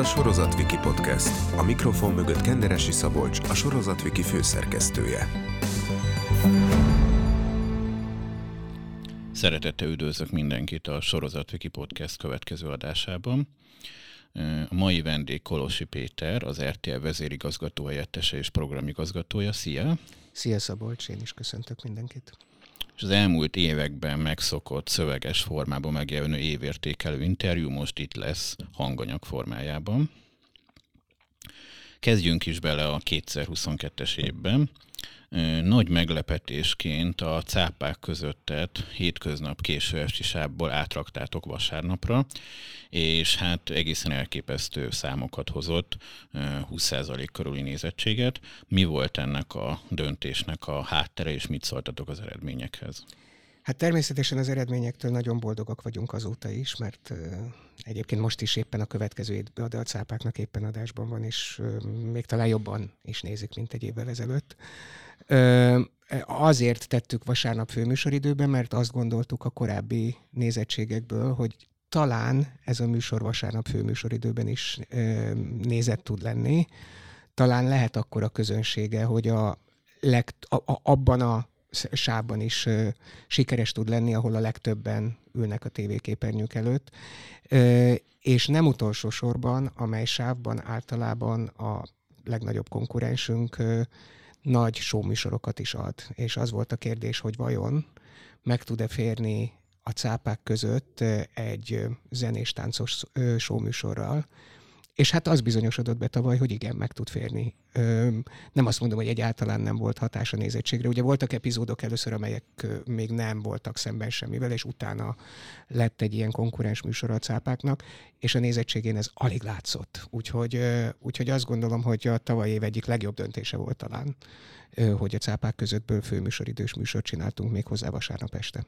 Sorozatviki Podcast. A mikrofon mögött Kenderesi Szabolcs, a Sorozatviki főszerkesztője. Szeretettel üdvözlök mindenkit a Sorozatviki Podcast következő adásában. A mai vendég Kolossy Péter, az RTL vezérigazgató helyettese és programigazgatója. Szia! Szia Szabolcs, én is köszöntök mindenkit. És az elmúlt években megszokott szöveges formában megjelenő évértékelő interjú most itt lesz hanganyag formájában. Kezdjünk is bele a 2022-es évben. Nagy meglepetésként a cápák közöttet hétköznap késő esti sávból átraktátok vasárnapra, és hát egészen elképesztő számokat hozott, 20% körüli nézettséget. Mi volt ennek a döntésnek a háttere, és mit szóltatok az eredményekhez? Hát természetesen az eredményektől nagyon boldogak vagyunk azóta is, mert egyébként most is éppen a következő évben a cápáknak éppen adásban van, és még talán jobban is nézik, mint egy évvel ezelőtt. Azért tettük vasárnap főműsoridőben, mert azt gondoltuk a korábbi nézettségekből, hogy talán ez a műsor vasárnap főműsoridőben is nézett tud lenni. Talán lehet akkor a közönsége, hogy abban a sávban is sikeres tud lenni, ahol a legtöbben ülnek a tévéképernyők előtt. És nem utolsó sorban, amely sávban általában a legnagyobb konkurensünk nagy showműsorokat is ad. És az volt a kérdés, hogy vajon meg tud-e férni a cápák között egy zenés-táncos showműsorral. És hát az bizonyosodott be tavaly, hogy igen, meg tud férni. Nem azt mondom, hogy egyáltalán nem volt hatás a nézettségre. Ugye voltak epizódok először, amelyek még nem voltak szemben semmivel, és utána lett egy ilyen konkurens műsor a cápáknak, és a nézettségén ez alig látszott. Úgyhogy azt gondolom, hogy a tavalyi év egyik legjobb döntése volt talán, hogy a cápák közöttből főműsoridős műsort csináltunk még hozzá vasárnap este.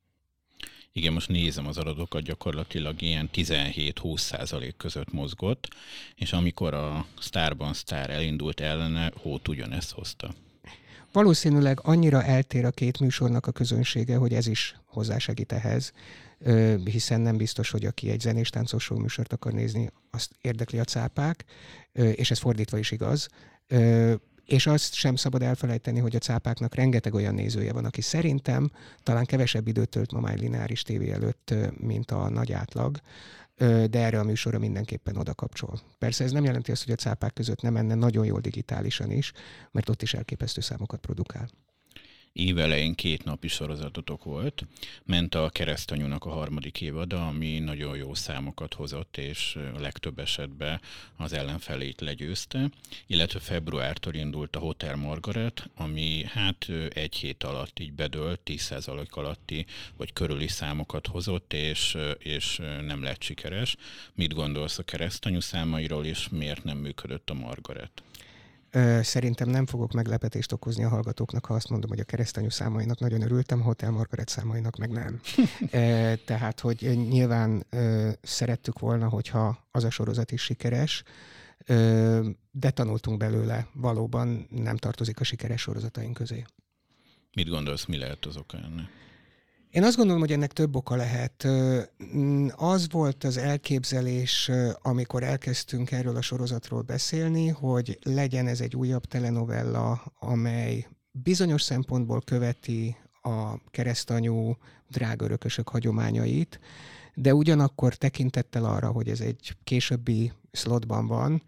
Igen, most nézem az adatokat, gyakorlatilag ilyen 17-20% között mozgott, és amikor a Sztárban Sztár elindult ellene, Hót ugyanezt hozta. Valószínűleg annyira eltér a két műsornak a közönsége, hogy ez is hozzásegít ehhez, hiszen nem biztos, hogy aki egy zenés-táncos show műsort akar nézni, azt érdekli a cápák, és ez fordítva is igaz. És azt sem szabad elfelejteni, hogy a cápáknak rengeteg olyan nézője van, aki szerintem talán kevesebb időt tölt ma már lineáris tévé előtt, mint a nagy átlag, de erre a műsorra mindenképpen oda kapcsol. Persze ez nem jelenti azt, hogy a cápák között nem menne nagyon jól digitálisan is, mert ott is elképesztő számokat produkál. Évelején 2 napi sorozatotok volt. Ment a Keresztanyúnak a 3. évada, ami nagyon jó számokat hozott, és a legtöbb esetben az ellenfelét legyőzte. Illetve februártól indult a Hotel Margaret, ami hát 1 hét alatt így bedőlt, 10% alatti vagy körüli számokat hozott, és nem lett sikeres. Mit gondolsz a Keresztanyú számairól, és miért nem működött a Margaret? Szerintem nem fogok meglepetést okozni a hallgatóknak, ha azt mondom, hogy a Keresztanyú számainak nagyon örültem, a Hotel Margaret számainak meg nem. Tehát, hogy nyilván szerettük volna, hogyha az a sorozat is sikeres, de tanultunk belőle, valóban nem tartozik a sikeres sorozataink közé. Mit gondolsz, mi lehet az oka ennek? Én azt gondolom, hogy ennek több oka lehet. Az volt az elképzelés, amikor elkezdtünk erről a sorozatról beszélni, hogy legyen ez egy újabb telenovella, amely bizonyos szempontból követi a Keresztanyú drága örökösök hagyományait, de ugyanakkor tekintettel arra, hogy ez egy későbbi szlotban van,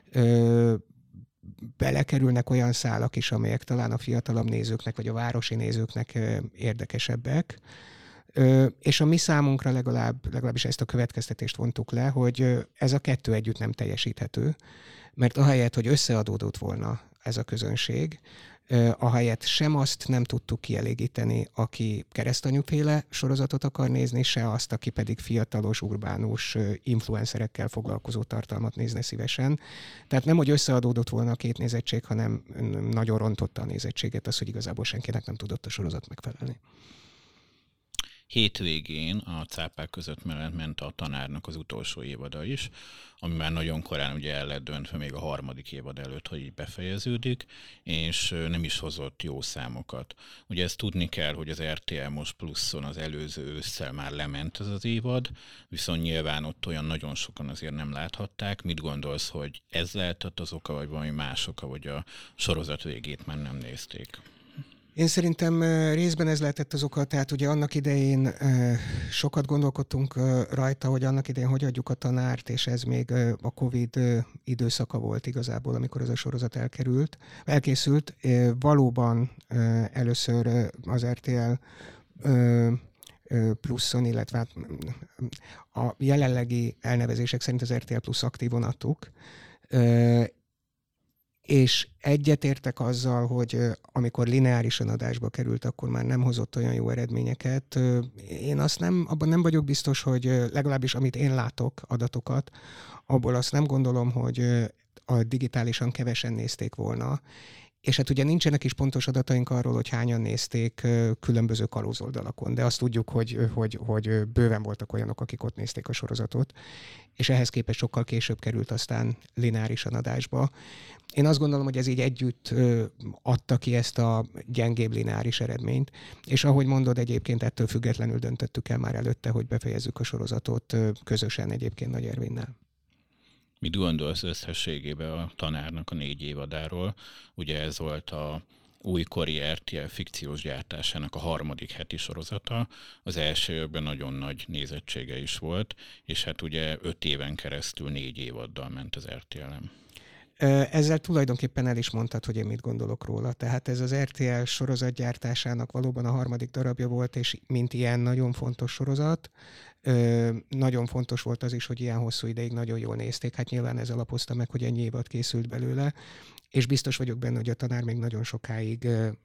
belekerülnek olyan szálak is, amelyek talán a fiatalabb nézőknek, vagy a városi nézőknek érdekesebbek. És a mi számunkra legalábbis ezt a következtetést vontuk le, hogy ez a kettő együtt nem teljesíthető, mert ahelyett, hogy összeadódott volna ez a közönség, ahelyett sem azt nem tudtuk kielégíteni, aki Keresztanyúféle sorozatot akar nézni, se azt, aki pedig fiatalos, urbánus influencerekkel foglalkozó tartalmat nézne szívesen. Tehát nem, hogy összeadódott volna a két nézettség, hanem nagyon rontotta a nézettséget az, hogy igazából senkinek nem tudott a sorozat megfelelni. Hétvégén a cápák között ment a Tanárnak az utolsó évada is, ami már nagyon korán ugye el lett döntve még a harmadik évad előtt, hogy így befejeződik, és nem is hozott jó számokat. Ugye ezt tudni kell, hogy az RTL Most Pluszon az előző ősszel már lement ez az évad, viszont nyilván ott olyan nagyon sokan azért nem láthatták. Mit gondolsz, hogy ez lehetett az oka, vagy valami más oka, hogy a sorozat végét már nem nézték? Én szerintem részben ez lehetett az oka, tehát ugye annak idején sokat gondolkodtunk rajta, hogy annak idején hogy adjuk a Tanárt, és ez még a Covid időszaka volt igazából, amikor ez a sorozat elkészült. Valóban először az RTL Pluszon, illetve a jelenlegi elnevezések szerint az RTL Plusz Aktívon adtuk, és egyetértek azzal, hogy amikor lineárisan adásba került, akkor már nem hozott olyan jó eredményeket. Én abban nem vagyok biztos, hogy legalábbis amit én látok adatokat, abból azt nem gondolom, hogy a digitálisan kevesen nézték volna. És hát ugye nincsenek is pontos adataink arról, hogy hányan nézték különböző kalózoldalakon, de azt tudjuk, hogy bőven voltak olyanok, akik ott nézték a sorozatot, és ehhez képest sokkal később került aztán lineárisan adásba. Én azt gondolom, hogy ez így együtt adta ki ezt a gyengébb lineáris eredményt, és ahogy mondod, egyébként ettől függetlenül döntöttük el már előtte, hogy befejezzük a sorozatot közösen egyébként Nagy Ervinnel. Mit gondolsz összességében a Tanárnak a 4 évadáról? Ugye ez volt a újkori RTL fikciós gyártásának a harmadik heti sorozata. Az első évben nagyon nagy nézettsége is volt, és hát ugye 5 éven keresztül 4 évaddal ment az RTL-en. Ezzel tulajdonképpen el is mondtad, hogy én mit gondolok róla. Tehát ez az RTL sorozatgyártásának valóban a harmadik darabja volt, és mint ilyen nagyon fontos sorozat. Nagyon fontos volt az is, hogy ilyen hosszú ideig nagyon jól nézték. Hát nyilván ez alapozta meg, hogy ennyi évad készült belőle, és biztos vagyok benne, hogy a Tanár még nagyon sokáig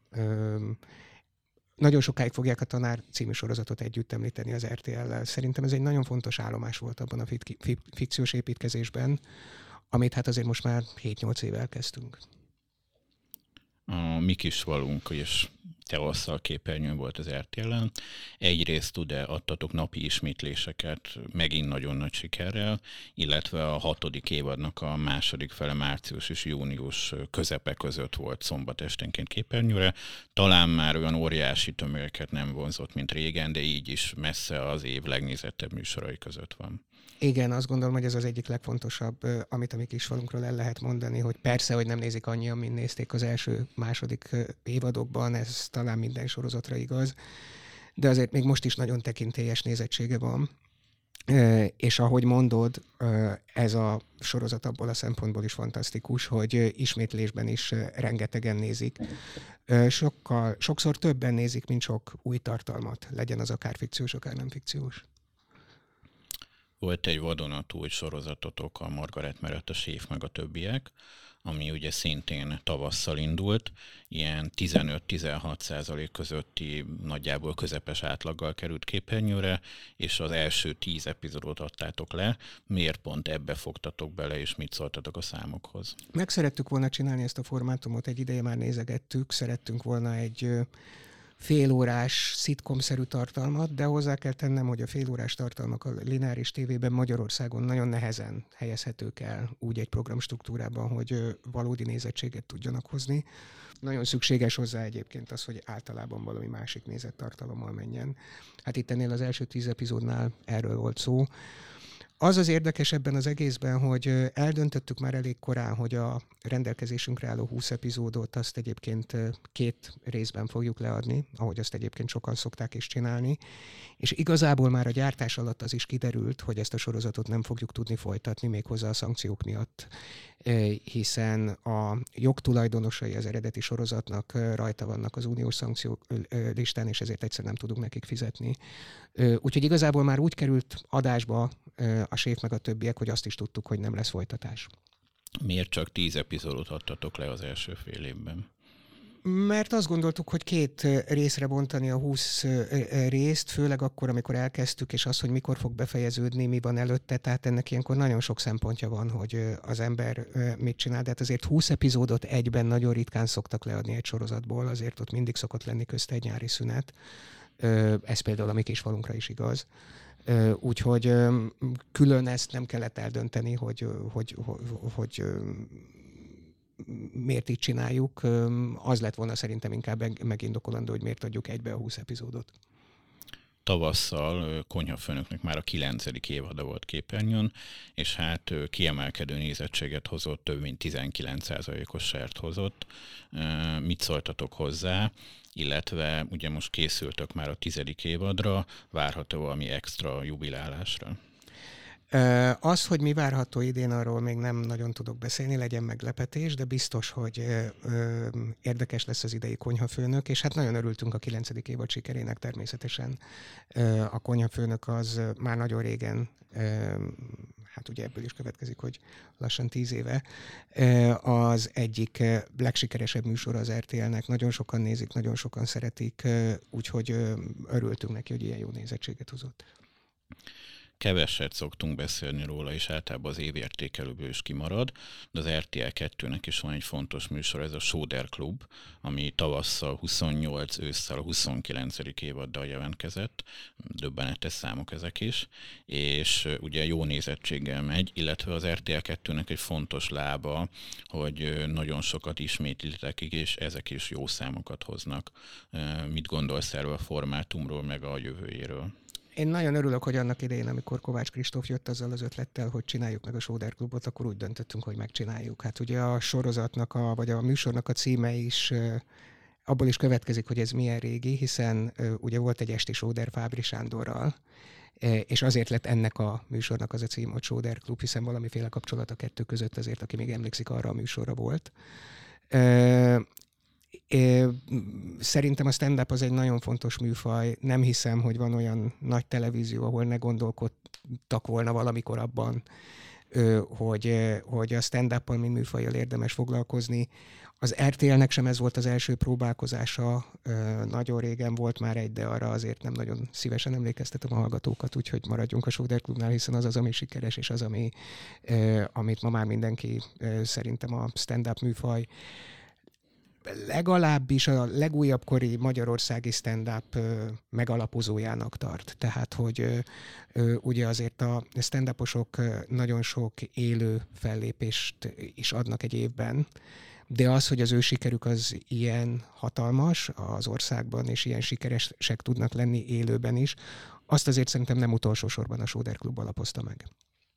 fogják a Tanár című sorozatot együtt említeni az RTL-lel. Szerintem ez egy nagyon fontos állomás volt abban a fikciós építkezésben, amit hát azért most már 7-8 éve elkezdtünk. A mi kis valunk és tavasszal képernyőn volt az RTL-en. Egyrészt adtatok napi ismétléseket megint nagyon nagy sikerrel, illetve a 6. évadnak a második fele március és június közepe között volt szombat esténként képernyőre. Talán már olyan óriási tömegeket nem vonzott, mint régen, de így is messze az év legnézettebb műsorai között van. Igen, azt gondolom, hogy ez az egyik legfontosabb, amit a mi kisfalunkról el lehet mondani, hogy persze, hogy nem nézik annyian, mint nézték az első-második évadokban, ez talán minden sorozatra igaz, de azért még most is nagyon tekintélyes nézettsége van. És ahogy mondod, ez a sorozat abból a szempontból is fantasztikus, hogy ismétlésben is rengetegen nézik. Sokszor többen nézik, mint sok új tartalmat, legyen az akár fikciós, akár nem fikciós. Volt egy vadonatúj sorozatotok, a Margaret Merett, a séf meg a többiek, ami ugye szintén tavasszal indult, ilyen 15-16% közötti nagyjából közepes átlaggal került képernyőre, és az első 10 epizódot adtátok le. Miért pont ebbe fogtatok bele, és mit szóltatok a számokhoz? Meg szerettük volna csinálni ezt a formátumot, egy ideje már nézegettük, szerettünk volna egy félórás szitcom-szerű tartalmat, de hozzá kell tennem, hogy a félórás tartalmak a lineáris tévében Magyarországon nagyon nehezen helyezhetők el úgy egy programstruktúrában, hogy valódi nézettséget tudjanak hozni. Nagyon szükséges hozzá egyébként az, hogy általában valami másik nézettartalommal menjen. Hát itt ennél az első 10 epizódnál erről volt szó. Az az érdekes ebben az egészben, hogy eldöntöttük már elég korán, hogy a rendelkezésünkre álló 20 epizódot azt egyébként 2 részben fogjuk leadni, ahogy azt egyébként sokan szokták is csinálni, és igazából már a gyártás alatt az is kiderült, hogy ezt a sorozatot nem fogjuk tudni folytatni méghozzá a szankciók miatt, hiszen a jogtulajdonosai az eredeti sorozatnak rajta vannak az uniós szankciók listán, és ezért egyszer nem tudunk nekik fizetni. Úgyhogy igazából már úgy került adásba a séf meg a többiek, hogy azt is tudtuk, hogy nem lesz folytatás. Miért csak 10 epizódot adtatok le az első fél évben? Mert azt gondoltuk, hogy 2 részre bontani a 20 részt, főleg akkor, amikor elkezdtük, és az, hogy mikor fog befejeződni, mi van előtte, tehát ennek ilyenkor nagyon sok szempontja van, hogy az ember mit csinál, de hát azért 20 epizódot egyben nagyon ritkán szoktak leadni egy sorozatból, azért ott mindig szokott lenni közte egy nyári szünet. Ez például a mi kis falunkra is igaz. Úgyhogy külön ezt nem kellett eldönteni, hogy miért így csináljuk. Az lett volna szerintem inkább megindokolandó, hogy miért adjuk egybe a 20 epizódot. Tavasszal Konyhafőnöknek már a 9. évada volt képernyőn, és hát kiemelkedő nézettséget hozott, több mint 19%-os sert hozott. Mit szóltatok hozzá? Illetve ugye most készültök már a 10. évadra, várható valami extra jubilálásra? Az, hogy mi várható idén, arról még nem nagyon tudok beszélni, legyen meglepetés, de biztos, hogy érdekes lesz az idei Konyhafőnök, és hát nagyon örültünk a 9. évad sikerének természetesen. A Konyhafőnök az már nagyon régen, hát ugye ebből is következik, hogy lassan 10 éve, az egyik legsikeresebb műsor az RTL-nek. Nagyon sokan nézik, nagyon sokan szeretik, úgyhogy örültünk neki, hogy ilyen jó nézettséget hozott. Keveset szoktunk beszélni róla, és általában az évértékelőből is kimarad, de az RTL 2-nek is van egy fontos műsor, ez a Sóder Klub, ami tavasszal 28, ősszel a 29. évaddal jelentkezett, döbbenetes számok ezek is, és ugye jó nézettséggel megy, illetve az RTL 2-nek egy fontos lába, hogy nagyon sokat ismétlitek, és ezek is jó számokat hoznak. Mit gondolsz erről a formátumról, meg a jövőjéről? Én nagyon örülök, hogy annak idején, amikor Kovács Kristóf jött azzal az ötlettel, hogy csináljuk meg a Sóder Klubot, akkor úgy döntöttünk, hogy megcsináljuk. Hát ugye a sorozatnak, vagy a műsornak a címe is abból is következik, hogy ez milyen régi, hiszen ugye volt egy esti Sóder Fábri Sándorral, és azért lett ennek a műsornak az a cím, hogy Sóder Klub, hiszen valamiféle kapcsolat a kettő között azért, aki még emlékszik, arra a műsorra volt. Szerintem a stand-up az egy nagyon fontos műfaj. Nem hiszem, hogy van olyan nagy televízió, ahol ne gondolkodtak volna valamikor abban, hogy a stand-uppal, mint műfajjal érdemes foglalkozni. Az RTL-nek sem ez volt az első próbálkozása. Nagyon régen volt már egy, de arra azért nem nagyon szívesen emlékeztetem a hallgatókat, úgyhogy maradjunk a Sóder Klubnál, hiszen az, ami sikeres, és az, amit ma már mindenki szerintem a stand-up műfaj legalábbis a legújabb kori magyarországi stand-up megalapozójának tart. Tehát, hogy ugye azért a stand-uposok nagyon sok élő fellépést is adnak egy évben, de az, hogy az ő sikerük az ilyen hatalmas az országban, és ilyen sikeresek tudnak lenni élőben is, azt azért szerintem nem utolsó sorban a Sóder Klub alapozta meg.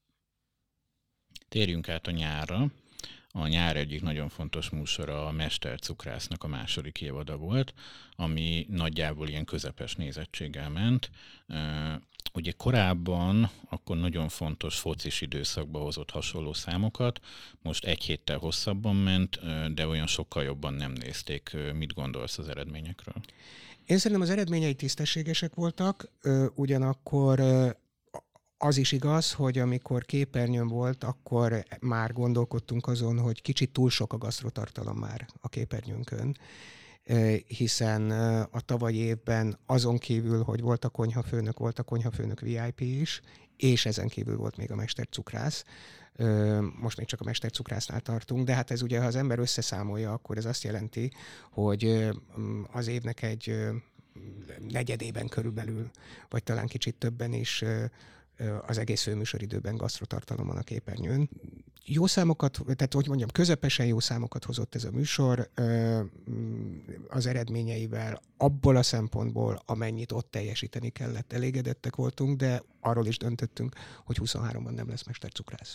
Térjünk át a nyárra. A nyár egyik nagyon fontos műsora a Mestercukrásznak a 2. évada volt, ami nagyjából ilyen közepes nézettséggel ment. Ugye korábban akkor nagyon fontos focis időszakba hozott hasonló számokat, most egy héttel hosszabban ment, de olyan sokkal jobban nem nézték. Mit gondolsz az eredményekről? Én szerintem az eredményei tisztességesek voltak, ugyanakkor az is igaz, hogy amikor képernyőn volt, akkor már gondolkodtunk azon, hogy kicsit túl sok a gasztrotartalom már a képernyőnkön, hiszen a tavalyi évben azon kívül, hogy volt a Konyhafőnök VIP is, és ezen kívül volt még a Mestercukrász. Most még csak a Mestercukrásznál tartunk, de hát ez ugye, ha az ember összeszámolja, akkor ez azt jelenti, hogy az évnek egy negyedében körülbelül, vagy talán kicsit többen is az egész főműsoridőben gasztrotartalom van a képernyőn. Jó számokat, tehát hogy mondjam, közepesen jó számokat hozott ez a műsor az eredményeivel, abból a szempontból, amennyit ott teljesíteni kellett, elégedettek voltunk, de arról is döntöttünk, hogy 23-ban nem lesz Mestercukrász.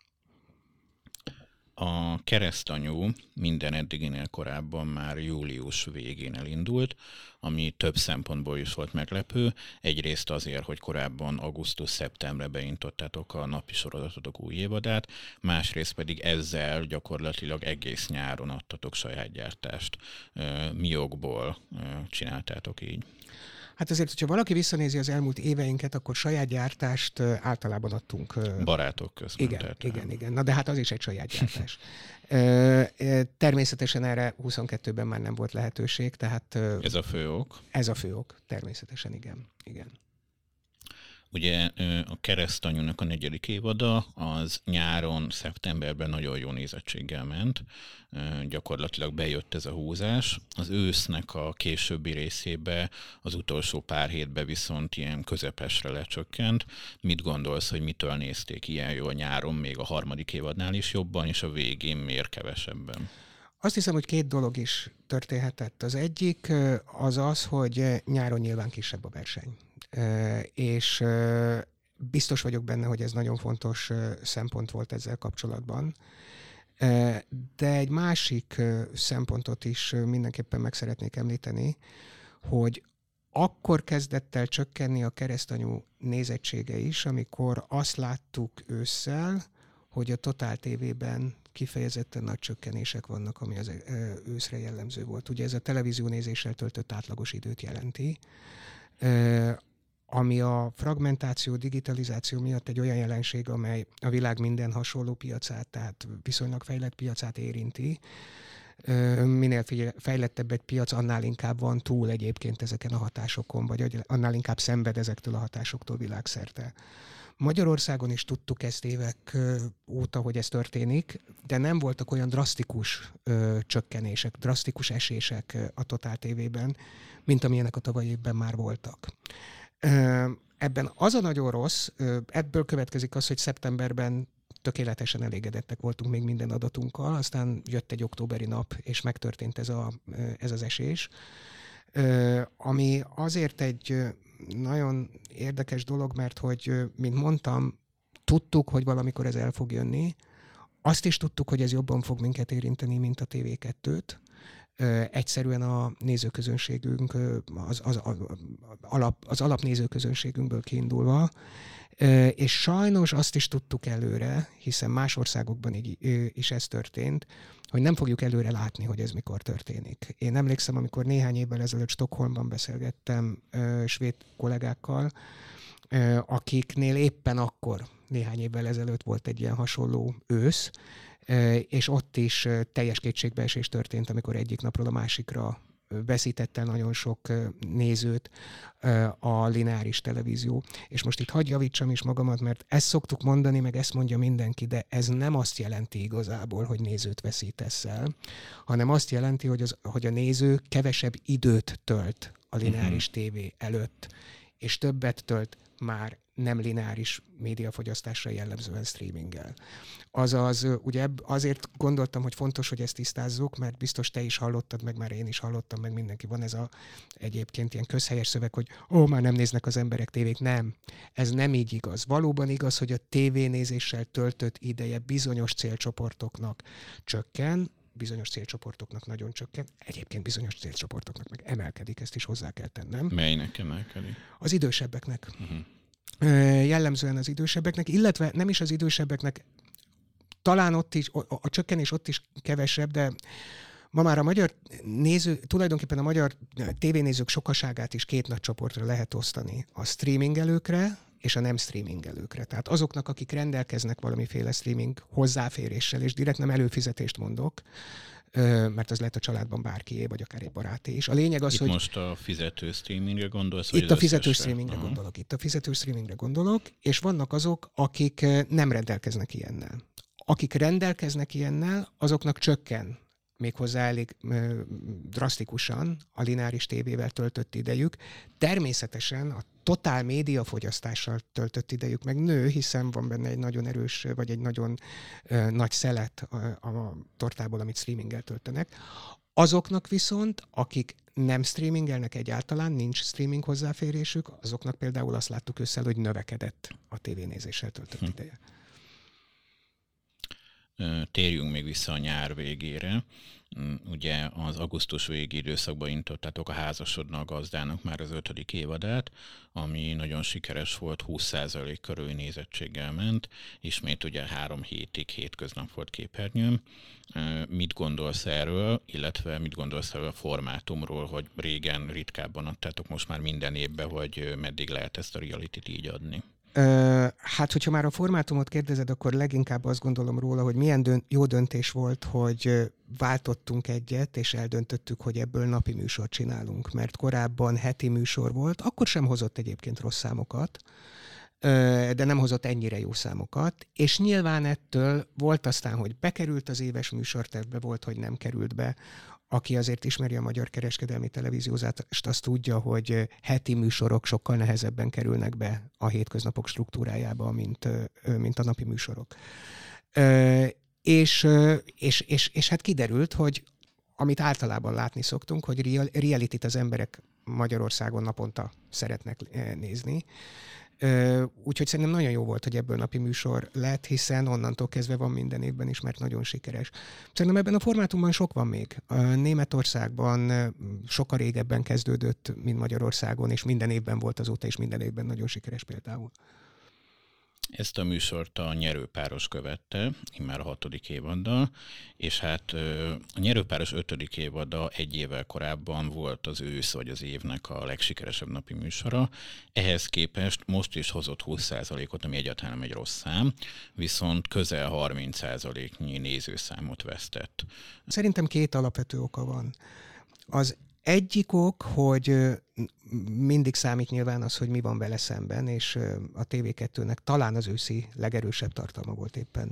A Keresztanyú minden eddiginél korábban már július végén elindult, ami több szempontból is volt meglepő. Egyrészt azért, hogy korábban augusztus-szeptemberre beintottátok a napi sorozatotok új évadát, másrészt pedig ezzel gyakorlatilag egész nyáron adtatok saját gyártást. Mi jogból csináltátok így? Hát azért, hogyha valaki visszanézi az elmúlt éveinket, akkor saját gyártást általában adtunk. Barátok közben. Igen. Na de hát az is egy saját gyártás. Természetesen erre 22-ben már nem volt lehetőség, tehát... Ez a fő ok? Ez a fő ok, természetesen igen. Ugye a Keresztanyúnak a 4. évada az nyáron, szeptemberben nagyon jó nézettséggel ment. Gyakorlatilag bejött ez a húzás. Az ősznek a későbbi részébe, az utolsó pár hétben viszont ilyen közepesre lecsökkent. Mit gondolsz, hogy mitől nézték ilyen jól nyáron, még a 3. évadnál is jobban, és a végén miért kevesebben? Azt hiszem, hogy 2 dolog is történhetett. Az egyik az, hogy nyáron nyilván kisebb a verseny. És biztos vagyok benne, hogy ez nagyon fontos szempont volt ezzel kapcsolatban. De egy másik szempontot is mindenképpen meg szeretnék említeni, hogy akkor kezdett el csökkenni a Keresztanyú nézettsége is, amikor azt láttuk ősszel, hogy a Totál TV-ben kifejezetten nagy csökkenések vannak, ami az őszre jellemző volt. Ugye ez a televíziónézéssel töltött átlagos időt jelenti, ami a fragmentáció, digitalizáció miatt egy olyan jelenség, amely a világ minden hasonló piacát, tehát viszonylag fejlett piacát érinti. Minél fejlettebb egy piac, annál inkább van túl egyébként ezeken a hatásokon, vagy annál inkább szenved ezektől a hatásoktól világszerte. Magyarországon is tudtuk ezt évek óta, hogy ez történik, de nem voltak olyan drasztikus csökkenések, drasztikus esések a Totál TV-ben, mint amilyenek a tavalyi évben már voltak. Ebben az a nagyon rossz, ebből következik az, hogy szeptemberben tökéletesen elégedettek voltunk még minden adatunkkal, aztán jött egy októberi nap, és megtörtént ez az esés, ami azért egy nagyon érdekes dolog, mert hogy, mint mondtam, tudtuk, hogy valamikor ez el fog jönni, azt is tudtuk, hogy ez jobban fog minket érinteni, mint a TV2-t. Egyszerűen a nézőközönségünk, az alapnézőközönségünkből kiindulva, és sajnos azt is tudtuk előre, hiszen más országokban is ez történt, hogy nem fogjuk előre látni, hogy ez mikor történik. Én emlékszem, amikor néhány évvel ezelőtt Stockholmban beszélgettem svéd kollégákkal, akiknél éppen akkor, néhány évvel ezelőtt volt egy ilyen hasonló ősz, és ott is teljes kétségbeesés történt, amikor egyik napról a másikra veszítette nagyon sok nézőt a lineáris televízió. És most itt hadd javítsam is magamat, mert ezt szoktuk mondani, meg ezt mondja mindenki, de ez nem azt jelenti igazából, hogy nézőt veszítesz el, hanem azt jelenti, hogy a néző kevesebb időt tölt a lineáris tévé előtt, és többet tölt már nem lineáris médiafogyasztásra jellemzően streaminggel. Azaz, ugye azért gondoltam, hogy fontos, hogy ezt tisztázzuk, mert biztos te is hallottad, meg már én is hallottam, meg mindenki. Van ez egyébként ilyen közhelyes szöveg, hogy már nem néznek az emberek tévét. Nem, ez nem így igaz. Valóban igaz, hogy a tévénézéssel töltött ideje bizonyos célcsoportoknak csökken, bizonyos célcsoportoknak nagyon csökken, egyébként bizonyos célcsoportoknak meg emelkedik, ezt is hozzá kell tennem. Melynek emelkedik? Az idősebbeknek. Jellemzően az idősebbeknek, illetve nem is az idősebbeknek, talán ott is, a csökkenés ott is kevesebb, de ma már a magyar tulajdonképpen a magyar tévénézők sokaságát is 2 nagy csoportra lehet osztani. A streamingelőkre és a nem streamingelőkre. Tehát azoknak, akik rendelkeznek valamiféle streaming hozzáféréssel, és direkt nem előfizetést mondok, mert az lehet a családban bárkié, vagy akár egy baráté is. A lényeg az, hogy... most a fizető streamingre gondolsz? Itt a fizető streamingre gondolok, és vannak azok, akik nem rendelkeznek ilyennel. Akik rendelkeznek ilyennel, azoknak csökken méghozzá elég drasztikusan a lineáris tévével töltött idejük. Természetesen a totál médiafogyasztással töltött idejük meg nő, hiszen van benne egy nagyon erős, vagy egy nagyon nagy szelet a tortából, amit streaminggel töltenek. Azoknak viszont, akik nem streamingelnek egyáltalán, nincs streaming hozzáférésük, azoknak például azt láttuk össze, hogy növekedett a tévénézéssel töltött ideje. Térjünk még vissza a nyár végére. Ugye az augusztus végi időszakban intottátok a Házasodna a gazdának már az 5. évadát, ami nagyon sikeres volt, 20% körül nézettséggel ment, ismét ugye 3 hétig hétköznap volt képernyőn. Mit gondolsz erről, illetve mit gondolsz erről a formátumról, hogy régen ritkábban adtátok, most már minden évben, hogy meddig lehet ezt a realityt így adni? Hát, hogyha már a formátumot kérdezed, akkor leginkább azt gondolom róla, hogy milyen jó döntés volt, hogy váltottunk egyet, és eldöntöttük, hogy ebből napi műsort csinálunk, mert korábban heti műsor volt, akkor sem hozott egyébként rossz számokat, de nem hozott ennyire jó számokat, és nyilván ettől volt aztán, hogy bekerült az éves műsortervbe, volt, hogy nem került be. Aki azért ismeri a magyar kereskedelmi televíziózást, azt tudja, hogy heti műsorok sokkal nehezebben kerülnek be a hétköznapok struktúrájába, mint a napi műsorok. És hát kiderült, hogy amit általában látni szoktunk, hogy realityt az emberek Magyarországon naponta szeretnek nézni. Úgyhogy szerintem nagyon jó volt, hogy ebből napi műsor lett, hiszen onnantól kezdve van minden évben is, mert nagyon sikeres. Szerintem ebben a formátumban sok van még. Németországban sokkal régebben kezdődött, mint Magyarországon, és minden évben volt azóta, és minden évben nagyon sikeres például. Ezt a műsort a Nyerőpáros követte, immár a 6. évaddal, és hát a Nyerőpáros 5. évada egy évvel korábban volt az ősz vagy az évnek a legsikeresebb napi műsora. Ehhez képest most is hozott 20%-ot, ami egyáltalán nem egy rossz szám, viszont közel 30%-nyi nézőszámot vesztett. Szerintem 2 alapvető oka van. Az egyik ok, hogy mindig számít nyilván az, hogy mi van vele szemben, és a TV2-nek talán az őszi legerősebb tartalma volt éppen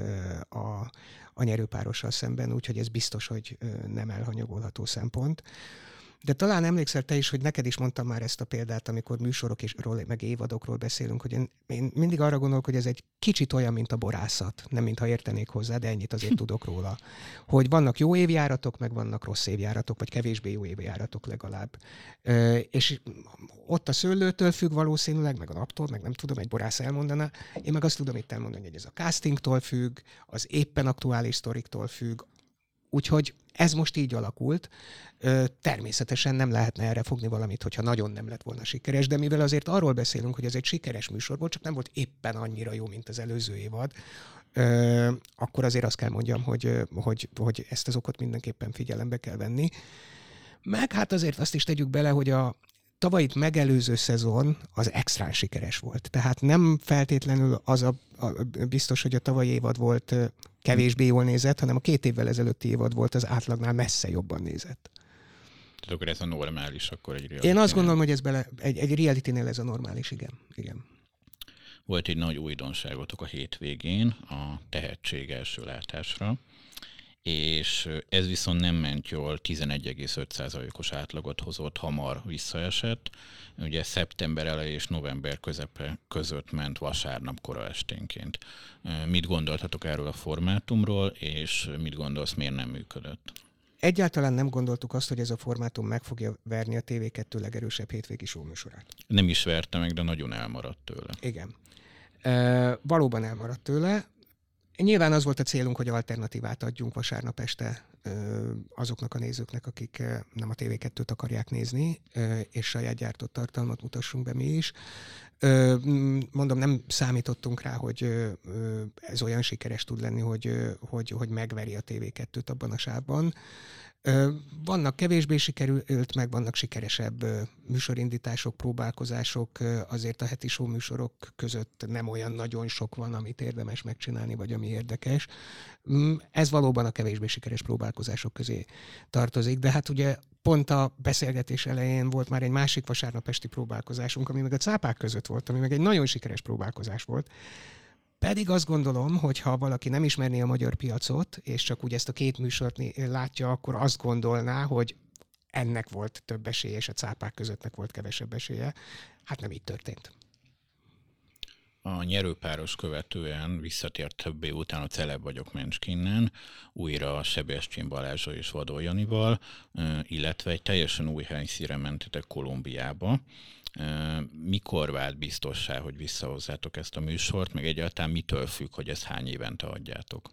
a Nyerőpárossal szemben, úgyhogy ez biztos, hogy nem elhanyagolható szempont. De talán emlékszel te is, hogy neked is mondtam már ezt a példát, amikor műsorokról, meg évadokról beszélünk, hogy én mindig arra gondolok, hogy ez egy kicsit olyan, mint a borászat. Nem mintha értenék hozzá, de ennyit azért tudok róla. Hogy vannak jó évjáratok, meg vannak rossz évjáratok, vagy kevésbé jó évjáratok legalább. És ott a szőlőtől függ valószínűleg, meg a naptól, meg nem tudom, egy borász elmondaná. Én meg azt tudom itt elmondani, hogy ez a castingtól függ, az éppen aktuális sztoriktól függ. Úgyhogy ez most így alakult. Természetesen nem lehetne erre fogni valamit, hogyha nagyon nem lett volna sikeres, de mivel azért arról beszélünk, hogy ez egy sikeres műsor volt, csak nem volt éppen annyira jó, mint az előző évad, akkor azért azt kell mondjam, hogy ezt az okot mindenképpen figyelembe kell venni. Meg hát azért azt is tegyük bele, hogy a tavalyit megelőző szezon az extrán sikeres volt. Tehát nem feltétlenül az biztos, hogy a tavalyi évad volt kevésbé jól nézett, hanem a 2 évvel ezelőtti évad volt az átlagnál messze jobban nézett. Tehát akkor ez a normális, akkor egy reality. Én azt gondolom, hogy ez egy reality-nél ez a normális, igen. Volt egy nagy újdonságotok a hétvégén, a Tehetség első látásra, és ez viszont nem ment jól, 11,5%-os átlagot hozott, hamar visszaesett. Ugye szeptember eleje és november közepe között ment vasárnap kora esténként. Mit gondoltatok erről a formátumról, és mit gondolsz, miért nem működött? Egyáltalán nem gondoltuk azt, hogy ez a formátum meg fogja verni a TV2 legerősebb hétvégi showműsorát. Nem is verte meg, de nagyon elmaradt tőle. Igen. Valóban elmaradt tőle. Nyilván az volt a célunk, hogy alternatívát adjunk vasárnap este azoknak a nézőknek, akik nem a TV2-t akarják nézni, és saját gyártott tartalmat mutassunk be mi is. Mondom, nem számítottunk rá, hogy ez olyan sikeres tud lenni, hogy megveri a TV2-t abban a sávban. Vannak kevésbé sikerült, meg vannak sikeresebb műsorindítások, próbálkozások, azért a heti show műsorok között nem olyan nagyon sok van, amit érdemes megcsinálni, vagy ami érdekes. Ez valóban a kevésbé sikeres próbálkozások közé tartozik, de hát ugye pont a beszélgetés elején volt már egy másik vasárnap esti próbálkozásunk, ami meg a cápák között volt, ami meg egy nagyon sikeres próbálkozás volt. Pedig azt gondolom, hogy ha valaki nem ismerné a magyar piacot, és csak úgy ezt a 2 műsort látja, akkor azt gondolná, hogy ennek volt több esélye, és a cápák közöttnek volt kevesebb esélye. Hát nem így történt. A Nyerőpáros követően visszatért többé után a Celeb vagyok Menskinnen, újra Sebestyén Balázsral és Vadó Janival, illetve egy teljesen új helyszínre mentetek Kolumbiába. Mikor vált biztossá, hogy visszahozzátok ezt a műsort, meg egyáltalán mitől függ, hogy ezt hány évente adjátok?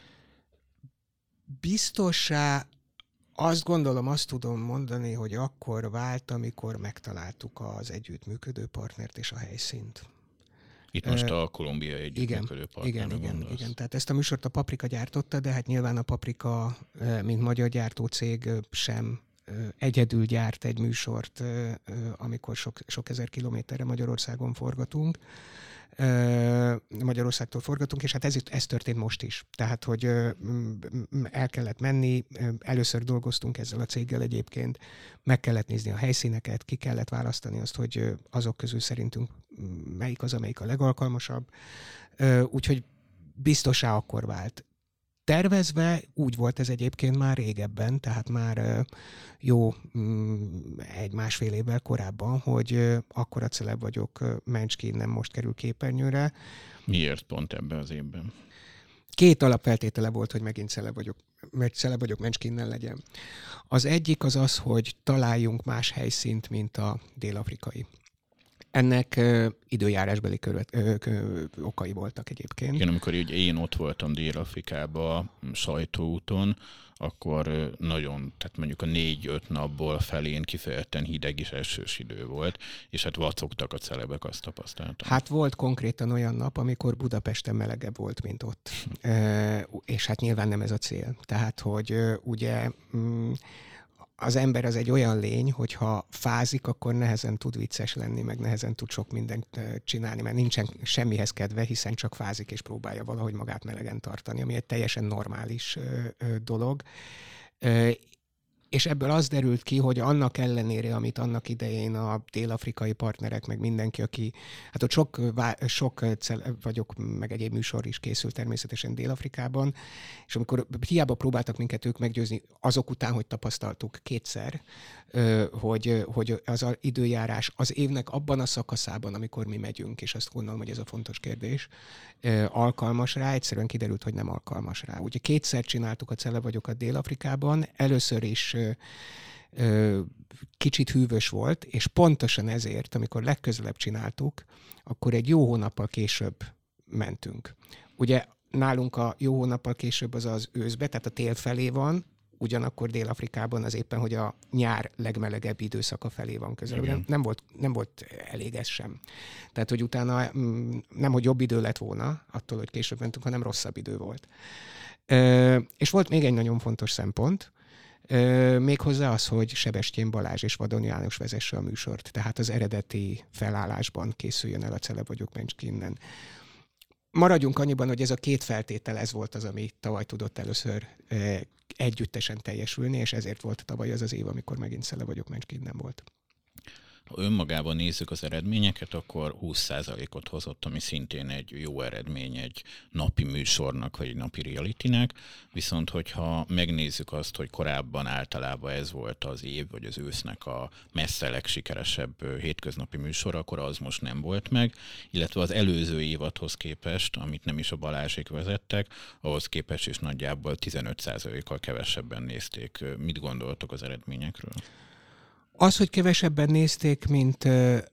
Biztossá azt gondolom, azt tudom mondani, hogy akkor vált, amikor megtaláltuk az együttműködő partnert és a helyszínt. Itt most a kolumbiai együttműködő partnerről gondolsz. Igen. Tehát ezt a műsort a Paprika gyártotta, de hát nyilván a Paprika, mint magyar gyártócég sem egyedül gyárt egy műsort, amikor sok ezer kilométerre Magyarországon forgatunk. Magyarországtól forgatunk, és hát ez történt most is. Tehát, hogy el kellett menni, először dolgoztunk ezzel a céggel egyébként, meg kellett nézni a helyszíneket, ki kellett választani azt, hogy azok közül szerintünk melyik az, amelyik a legalkalmasabb. Úgyhogy biztossá akkor vált. Tervezve úgy volt ez egyébként már régebben, tehát már jó 1-1,5 évvel korábban, hogy akkor a Celeb vagyok, Mencskin nem most kerül képernyőre. Miért pont ebben az évben? 2 alapfeltétele volt, hogy megint Celeb vagyok, Menchkinnel legyen. Az egyik az az, hogy találjunk más helyszínt, mint a dél-afrikai. Ennek időjárásbeli okai voltak egyébként. Igen, amikor én ott voltam Dél-Afrikában sajtóúton, akkor nagyon, tehát mondjuk a 4-5 napból felén kifejezetten hideg és esős idő volt, és hát vacogtak a celebek, azt tapasztaltam. Hát volt konkrétan olyan nap, amikor Budapesten melegebb volt, mint ott. És hát nyilván nem ez a cél. Tehát, hogy ugye az ember az egy olyan lény, hogyha fázik, akkor nehezen tud vicces lenni, meg nehezen tud sok mindent csinálni, mert nincsen semmihez kedve, hiszen csak fázik és próbálja valahogy magát melegen tartani, ami egy teljesen normális dolog. És ebből az derült ki, hogy annak ellenére, amit annak idején a dél-afrikai partnerek, meg mindenki, aki, hát ott sok vagyok, meg egyéb műsor is készült természetesen Dél-Afrikában, és amikor hiába próbáltak minket ők meggyőzni, azok után, hogy tapasztaltuk 2-szer, hogy az időjárás az évnek abban a szakaszában, amikor mi megyünk, és azt gondolom, hogy ez a fontos kérdés, alkalmas rá, egyszerűen kiderült, hogy nem alkalmas rá. Ugye 2-szer csináltuk a Celeb vagyokat Dél-Afrikában, először is kicsit hűvös volt, és pontosan ezért, amikor legközelebb csináltuk, akkor egy jó hónappal később mentünk. Ugye nálunk a jó hónappal később az őszbe, tehát a tél felé van, ugyanakkor Dél-Afrikában az éppen, hogy a nyár legmelegebb időszaka felé van közel. Nem volt elég ez sem. Tehát, hogy utána nem, hogy jobb idő lett volna, attól, hogy később mentünk, hanem rosszabb idő volt. És volt még egy nagyon fontos szempont, méghozzá az, hogy Sebestyén Balázs és Vadon János vezesse a műsort. Tehát az eredeti felállásban készüljön el a Celeb vagyok Menchkinnen. Maradjunk annyiban, hogy ez a 2 feltétel, ez volt az, ami tavaly tudott először együttesen teljesülni, és ezért volt tavaly az év, amikor megint Celeb vagyok Menchkinnen volt. Ha önmagában nézzük az eredményeket, akkor 20%-ot hozott, ami szintén egy jó eredmény egy napi műsornak, vagy egy napi realitynek, viszont hogyha megnézzük azt, hogy korábban általában ez volt az év, vagy az ősznek a messze legsikeresebb hétköznapi műsor, akkor az most nem volt meg, illetve az előző évadhoz képest, amit nem is a Balázsék vezettek, ahhoz képest is nagyjából 15%-kal kevesebben nézték. Mit gondoltok az eredményekről? Az, hogy kevesebben nézték, mint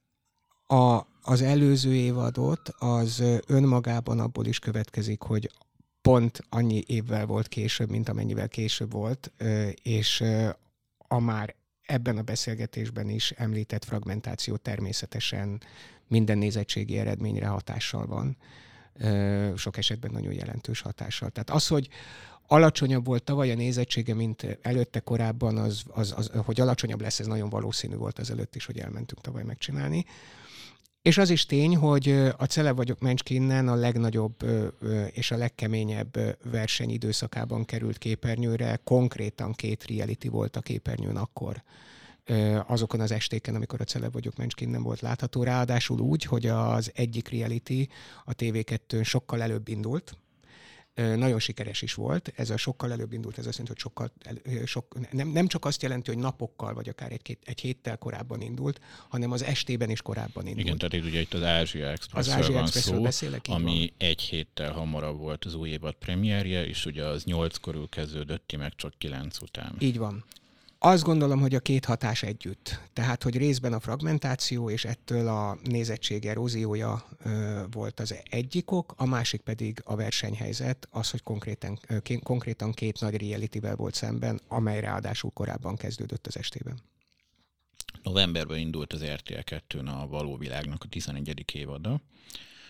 az előző évadot, az önmagában abból is következik, hogy pont annyi évvel volt később, mint amennyivel később volt, és a már ebben a beszélgetésben is említett fragmentáció természetesen minden nézettségi eredményre hatással van. Sok esetben nagyon jelentős hatással. Tehát az, hogy alacsonyabb volt tavaly a nézettsége, mint előtte korábban, hogy alacsonyabb lesz, ez nagyon valószínű volt az előtt is, hogy elmentünk tavaly megcsinálni. És az is tény, hogy a Celeb vagyok Menchkinnen a legnagyobb és a legkeményebb versenyidőszakában került képernyőre. Konkrétan 2 reality volt a képernyőn akkor, azokon az estéken, amikor a Celeb vagyok Menchkinnen volt látható. Ráadásul úgy, hogy az egyik reality a TV2-n sokkal előbb indult, nagyon sikeres is volt. Ez a sokkal előbb indult, ez azt jelenti, hogy nem csak azt jelenti, hogy napokkal, vagy akár egy héttel korábban indult, hanem az estében is korábban indult. Igen, tehát ugye itt az Ázsia Expressről van szó, beszélek, ami 1 héttel hamarabb volt az új évad premierje, és ugye az 8 körül kezdődött, meg csak 9 után. Így van. Azt gondolom, hogy a 2 hatás együtt. Tehát, hogy részben a fragmentáció és ettől a nézettség eróziója volt az egyik ok, a másik pedig a versenyhelyzet, az, hogy konkrétan 2 nagy realityvel volt szemben, amely ráadásul korábban kezdődött az estében. Novemberben indult az RTL 2-n a Való világnak a 11. évada.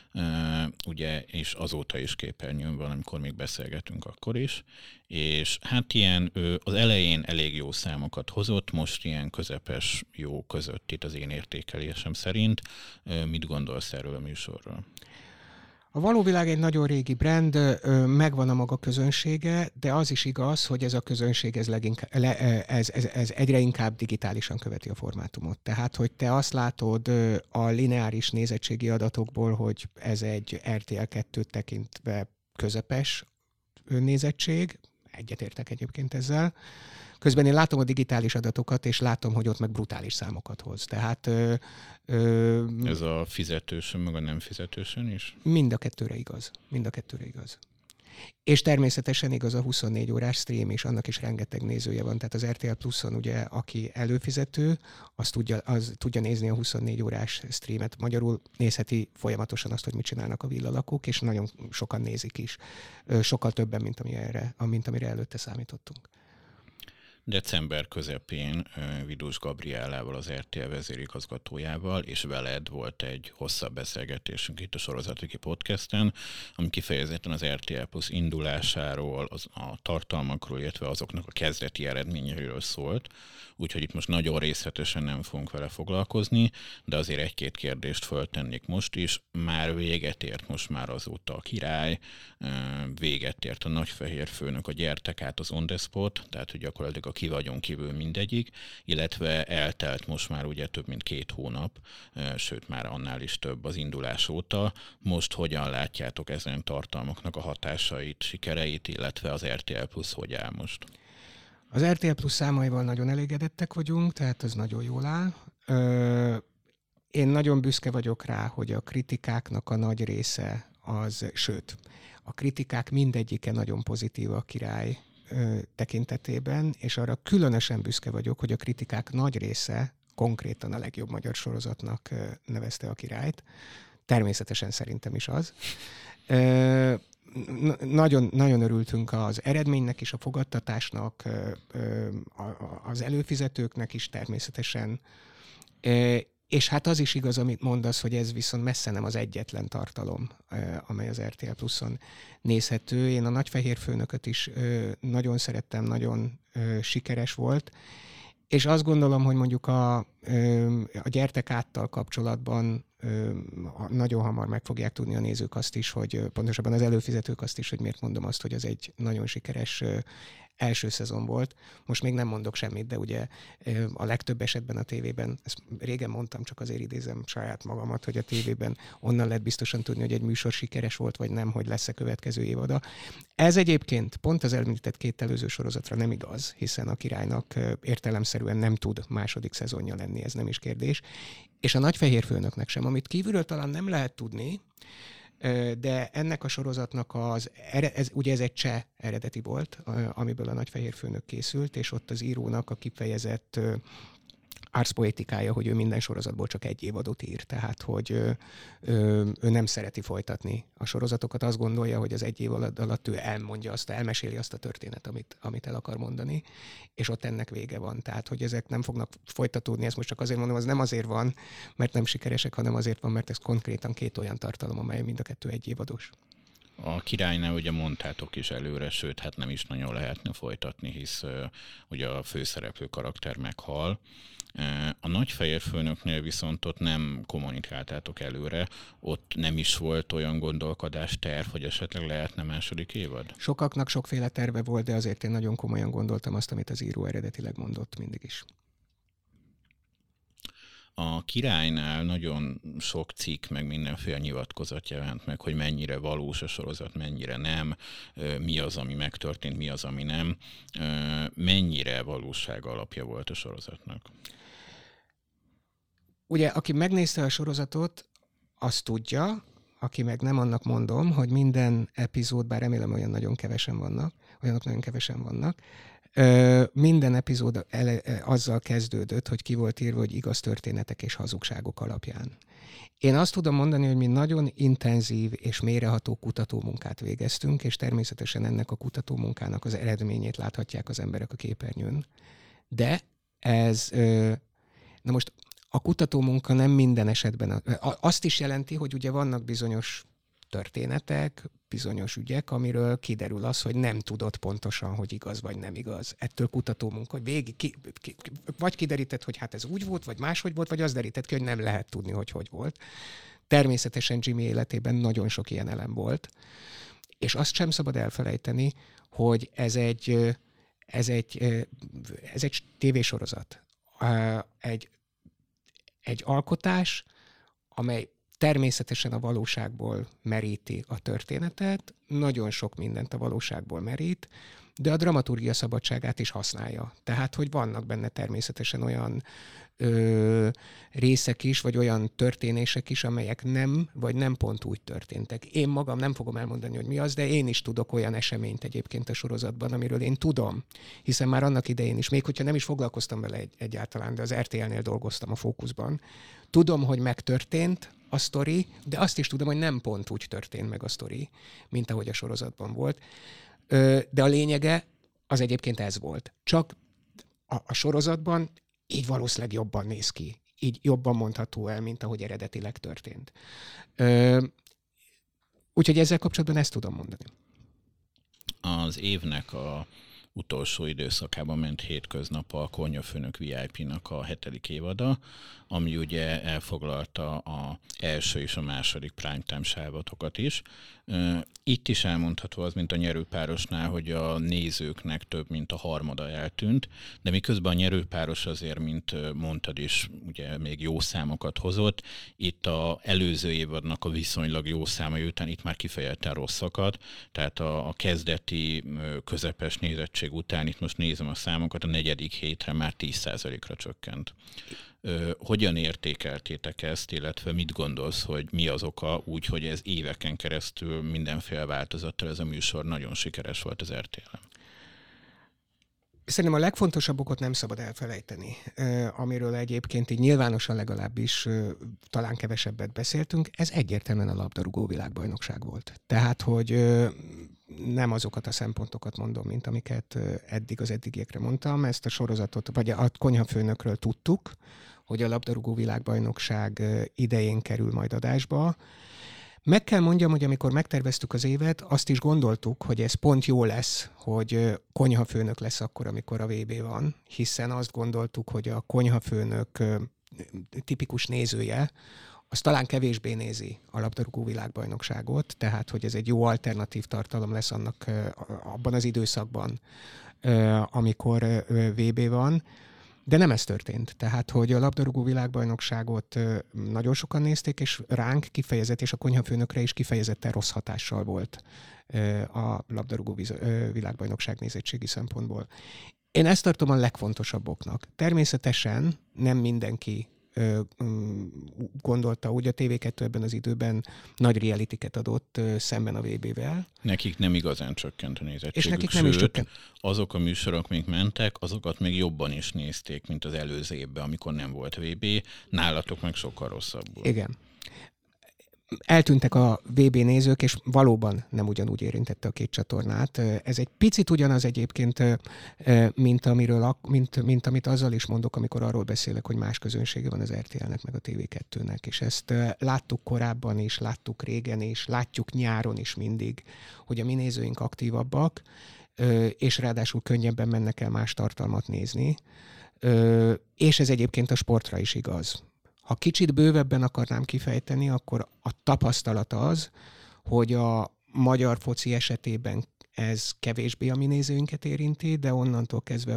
ugye, és azóta is képernyőn van, amikor még beszélgetünk akkor is, és hát ilyen az elején elég jó számokat hozott, most ilyen közepes jó között itt az én értékelésem szerint. Mit gondolsz erről a műsorról? A Való Világ egy nagyon régi brand, megvan a maga közönsége, de az is igaz, hogy ez a közönség ez egyre inkább digitálisan követi a formátumot. Tehát, hogy te azt látod a lineáris nézettségi adatokból, hogy ez egy RTL 2 tekintve közepes nézettség, egyetértek egyébként ezzel. Közben én látom a digitális adatokat, és látom, hogy ott meg brutális számokat hoz. Tehát... Ez a fizetősön, meg a nem fizetősön is? Mind a kettőre igaz. Mind a kettőre igaz. És természetesen igaz a 24 órás stream is, annak is rengeteg nézője van. Tehát az RTL Pluson ugye, aki előfizető, az tudja nézni a 24 órás streamet. Magyarul nézheti folyamatosan azt, hogy mit csinálnak a villalakók, és nagyon sokan nézik is. Sokkal többen, mint amire előtte számítottunk. December közepén Vidós Gabriellával, az RTL vezérigazgatójával, és veled volt egy hosszabb beszélgetésünk itt a Sorozatviki podcasten, ami kifejezetten az RTL Plus indulásáról, a tartalmakról, illetve azoknak a kezdeti eredményeiről szólt. Úgyhogy itt most nagyon részletesen nem fogunk vele foglalkozni, de azért egy-két kérdést föltennék most is. Már véget ért most már azóta a Király, véget ért a Nagyfehér Főnök, a Gyertek át az On The Spot, tehát hogy gyakorlatilag a ki vagyunk kívül mindegyik, illetve eltelt most már ugye több mint 2 hónap, sőt már annál is több az indulás óta. Most hogyan látjátok ezen tartalmaknak a hatásait, sikereit, illetve az RTL Plus hogy áll most? Az RTL Plus számaival nagyon elégedettek vagyunk, tehát ez nagyon jól áll. Én nagyon büszke vagyok rá, hogy a kritikáknak a nagy része sőt, a kritikák mindegyike nagyon pozitív a Király tekintetében, és arra különösen büszke vagyok, hogy a kritikák nagy része konkrétan a legjobb magyar sorozatnak nevezte a Királyt. Természetesen szerintem is az. Nagyon, nagyon örültünk az eredménynek és a fogadtatásnak, az előfizetőknek is természetesen. És hát az is igaz, amit mondasz, hogy ez viszont messze nem az egyetlen tartalom, amely az RTL Pluson nézhető. Én a Nagyfehér Főnököt is nagyon szerettem, nagyon sikeres volt, és azt gondolom, hogy mondjuk a Gyertek áttal kapcsolatban nagyon hamar meg fogják tudni a nézők azt is, hogy pontosabban az előfizetők azt is, hogy miért mondom azt, hogy az egy nagyon sikeres első szezon volt. Most még nem mondok semmit, de ugye a legtöbb esetben a tévében, ezt régen mondtam, csak azért idézem saját magamat, hogy a tévében onnan lehet biztosan tudni, hogy egy műsor sikeres volt, vagy nem, hogy lesz-e következő évada. Ez egyébként pont az említett 2 előző sorozatra nem igaz, hiszen a Királynak értelemszerűen nem tud második szezonja lenni, ez nem is kérdés. És a Nagyfehér Főnöknek sem, amit kívülről talán nem lehet tudni, de ennek a sorozatnak ugye ez egy cseh eredeti volt, amiből a Nagyfehér Főnök készült, és ott az írónak a kifejezett arszpoetikája, hogy ő minden sorozatból csak 1 évadot ír, tehát hogy ő nem szereti folytatni a sorozatokat, azt gondolja, hogy az 1 év alatt ő elmeséli azt a történet, amit el akar mondani, és ott ennek vége van. Tehát, hogy ezek nem fognak folytatódni, ezt most csak azért mondom, az nem azért van, mert nem sikeresek, hanem azért van, mert ez konkrétan 2 olyan tartalom, amely mind a 2 1 évados. A Királynál ugye mondtátok is előre, sőt, hát nem is nagyon lehetne folytatni, hisz ugye a főszereplő karakter meghal. A Nagyfehér Főnöknél viszont ott nem kommunikáltátok előre, ott nem is volt olyan gondolkodás, terv, hogy esetleg lehetne második évad? Sokaknak sokféle terve volt, de azért én nagyon komolyan gondoltam azt, amit az író eredetileg mondott mindig is. A Királynál nagyon sok cikk, meg mindenféle nyilatkozat jelent meg, hogy mennyire valós a sorozat, mennyire nem, mi az, ami megtörtént, mi az, ami nem. Mennyire valóság alapja volt a sorozatnak? Ugye, aki megnézte a sorozatot, azt tudja, aki meg nem, annak mondom, hogy minden epizód, bár remélem olyanok nagyon kevesen vannak, minden epizód azzal kezdődött, hogy ki volt írva, hogy igaz történetek és hazugságok alapján. Én azt tudom mondani, hogy mi nagyon intenzív és mélyreható kutatómunkát végeztünk, és természetesen ennek a kutatómunkának az eredményét láthatják az emberek a képernyőn. De ez, na most a kutatómunka nem minden esetben azt is jelenti, hogy ugye vannak bizonyos történetek, bizonyos ügyek, amiről kiderül az, hogy nem tudod pontosan, hogy igaz vagy nem igaz. Ettől kutatómunka, hogy vagy kiderített, hogy hát ez úgy volt, vagy máshogy volt, vagy az derített ki, hogy nem lehet tudni, hogy volt. Természetesen Jimmy életében nagyon sok ilyen elem volt, és azt sem szabad elfelejteni, hogy ez egy tévésorozat. Egy alkotás, amely természetesen a valóságból meríti a történetet, nagyon sok mindent a valóságból merít, de a dramaturgia szabadságát is használja. Tehát, hogy vannak benne természetesen olyan részek is, vagy olyan történések is, amelyek nem pont úgy történtek. Én magam nem fogom elmondani, hogy mi az, de én is tudok olyan eseményt egyébként a sorozatban, amiről én tudom, hiszen már annak idején is, még hogyha nem is foglalkoztam vele egyáltalán, de az RTL-nél dolgoztam a Fókuszban, tudom, hogy megtörtént a sztori, de azt is tudom, hogy nem pont úgy történt meg a sztori, mint ahogy a sorozatban volt. De a lényege az egyébként ez volt. Csak a sorozatban így valószínűleg jobban néz ki. Így jobban mondható el, mint ahogy eredetileg történt. Úgyhogy ezzel kapcsolatban ezt tudom mondani. Az évnek a utolsó időszakában ment hétköznap a Konyhafőnök VIP-nak a 7. évada, ami ugye elfoglalta az első és a második primetime sávatokat is. Itt is elmondható az, mint a Nyerőpárosnál, hogy a nézőknek több mint a harmada eltűnt, de miközben a Nyerőpáros azért, mint mondtad is, ugye még jó számokat hozott, itt az előző évadnak a viszonylag jó számai után itt már kifejezetten rosszakat, tehát a kezdeti közepes nézettség után, itt most nézem a számokat, a 4. hétre már 10%-ra csökkent. Hogyan értékeltétek ezt, illetve mit gondolsz, hogy mi az oka úgy, hogy ez éveken keresztül mindenféle változattal ez a műsor nagyon sikeres volt az RTL-en? Szerintem a legfontosabb okot nem szabad elfelejteni, amiről egyébként így nyilvánosan legalábbis talán kevesebbet beszéltünk, ez egyértelműen a labdarúgó világbajnokság volt. Tehát, hogy nem azokat a szempontokat mondom, mint amiket eddig az eddigiekre mondtam, ezt a sorozatot, vagy a Konyhafőnökről tudtuk, hogy a labdarúgó világbajnokság idején kerül majd adásba. Meg kell mondjam, hogy amikor megterveztük az évet, azt is gondoltuk, hogy ez pont jó lesz, hogy konyhafőnök lesz akkor, amikor a VB van, hiszen azt gondoltuk, hogy a konyhafőnök tipikus nézője, az talán kevésbé nézi a labdarúgó világbajnokságot, tehát hogy ez egy jó alternatív tartalom lesz annak abban az időszakban, amikor VB van. De nem ez történt. Tehát, hogy a labdarúgó világbajnokságot nagyon sokan nézték, és ránk kifejezett, és a konyhafőnökre is kifejezetten rossz hatással volt a labdarúgó világbajnokság nézettségi szempontból. Én ezt tartom a legfontosabb oknak. Természetesen nem mindenki gondolta, úgy a TV2 ebben az időben nagy realityket adott szemben a VB-vel. Nekik nem igazán csökkent a nézettségük. És nekik nem is csökkent. Azok a műsorok, még mentek, azokat még jobban is nézték, mint az előző évben, amikor nem volt VB. Nálatok meg sokkal rosszabbul. Igen. Eltűntek a VB nézők, és valóban nem ugyanúgy érintette a két csatornát. Ez egy picit ugyanaz egyébként, mint amit azzal is mondok, amikor arról beszélek, hogy más közönsége van az RTL-nek, meg a TV2-nek. És ezt láttuk korábban is, láttuk régen is, látjuk nyáron is mindig, hogy a mi nézőink aktívabbak, és ráadásul könnyebben mennek el más tartalmat nézni. És ez egyébként a sportra is igaz. Ha kicsit bővebben akarnám kifejteni, akkor a tapasztalat az, hogy a magyar foci esetében ez kevésbé a mi nézőinket érinti, de onnantól kezdve,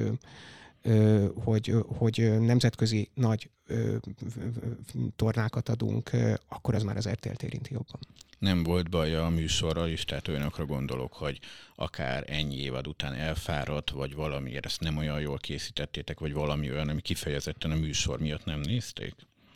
hogy nemzetközi nagy tornákat adunk, akkor az már az RTL-t érinti jobban. Nem volt baj a műsorral is, tehát olyanokra gondolok, hogy akár ennyi évad után elfáradt, vagy valamiért ezt nem olyan jól készítettétek, vagy valami olyan, ami kifejezetten a műsor miatt nem nézték?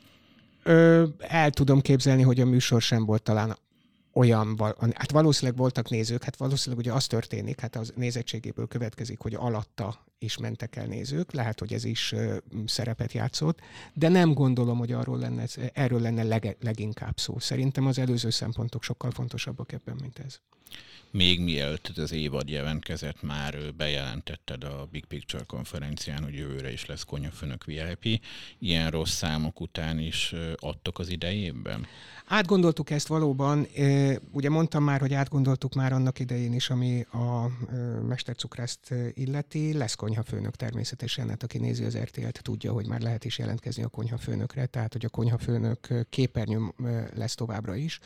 El tudom képzelni, hogy a műsor sem volt talán olyan, hát valószínűleg voltak nézők, hát valószínűleg ugye az történik, hát az nézettségéből következik, hogy alatta is mentek el nézők, lehet, hogy ez is szerepet játszott, de nem gondolom, hogy erről lenne leginkább szó. Szerintem az előző szempontok sokkal fontosabbak ebben, mint ez. Még mielőtt az évad jelentkezett, már bejelentetted a Big Picture konferencián, hogy jövőre is lesz Konyhafőnök VIP. Ilyen rossz számok után is adtok az idejében? Átgondoltuk ezt valóban. Ugye mondtam már, hogy átgondoltuk már annak idején is, ami a Mestercukrászt illeti. Lesz Konyhafőnök természetesen, hát aki nézi az RTL-t, tudja, hogy már lehet is jelentkezni a Konyhafőnökre, tehát hogy a Konyhafőnök képernyő lesz továbbra is.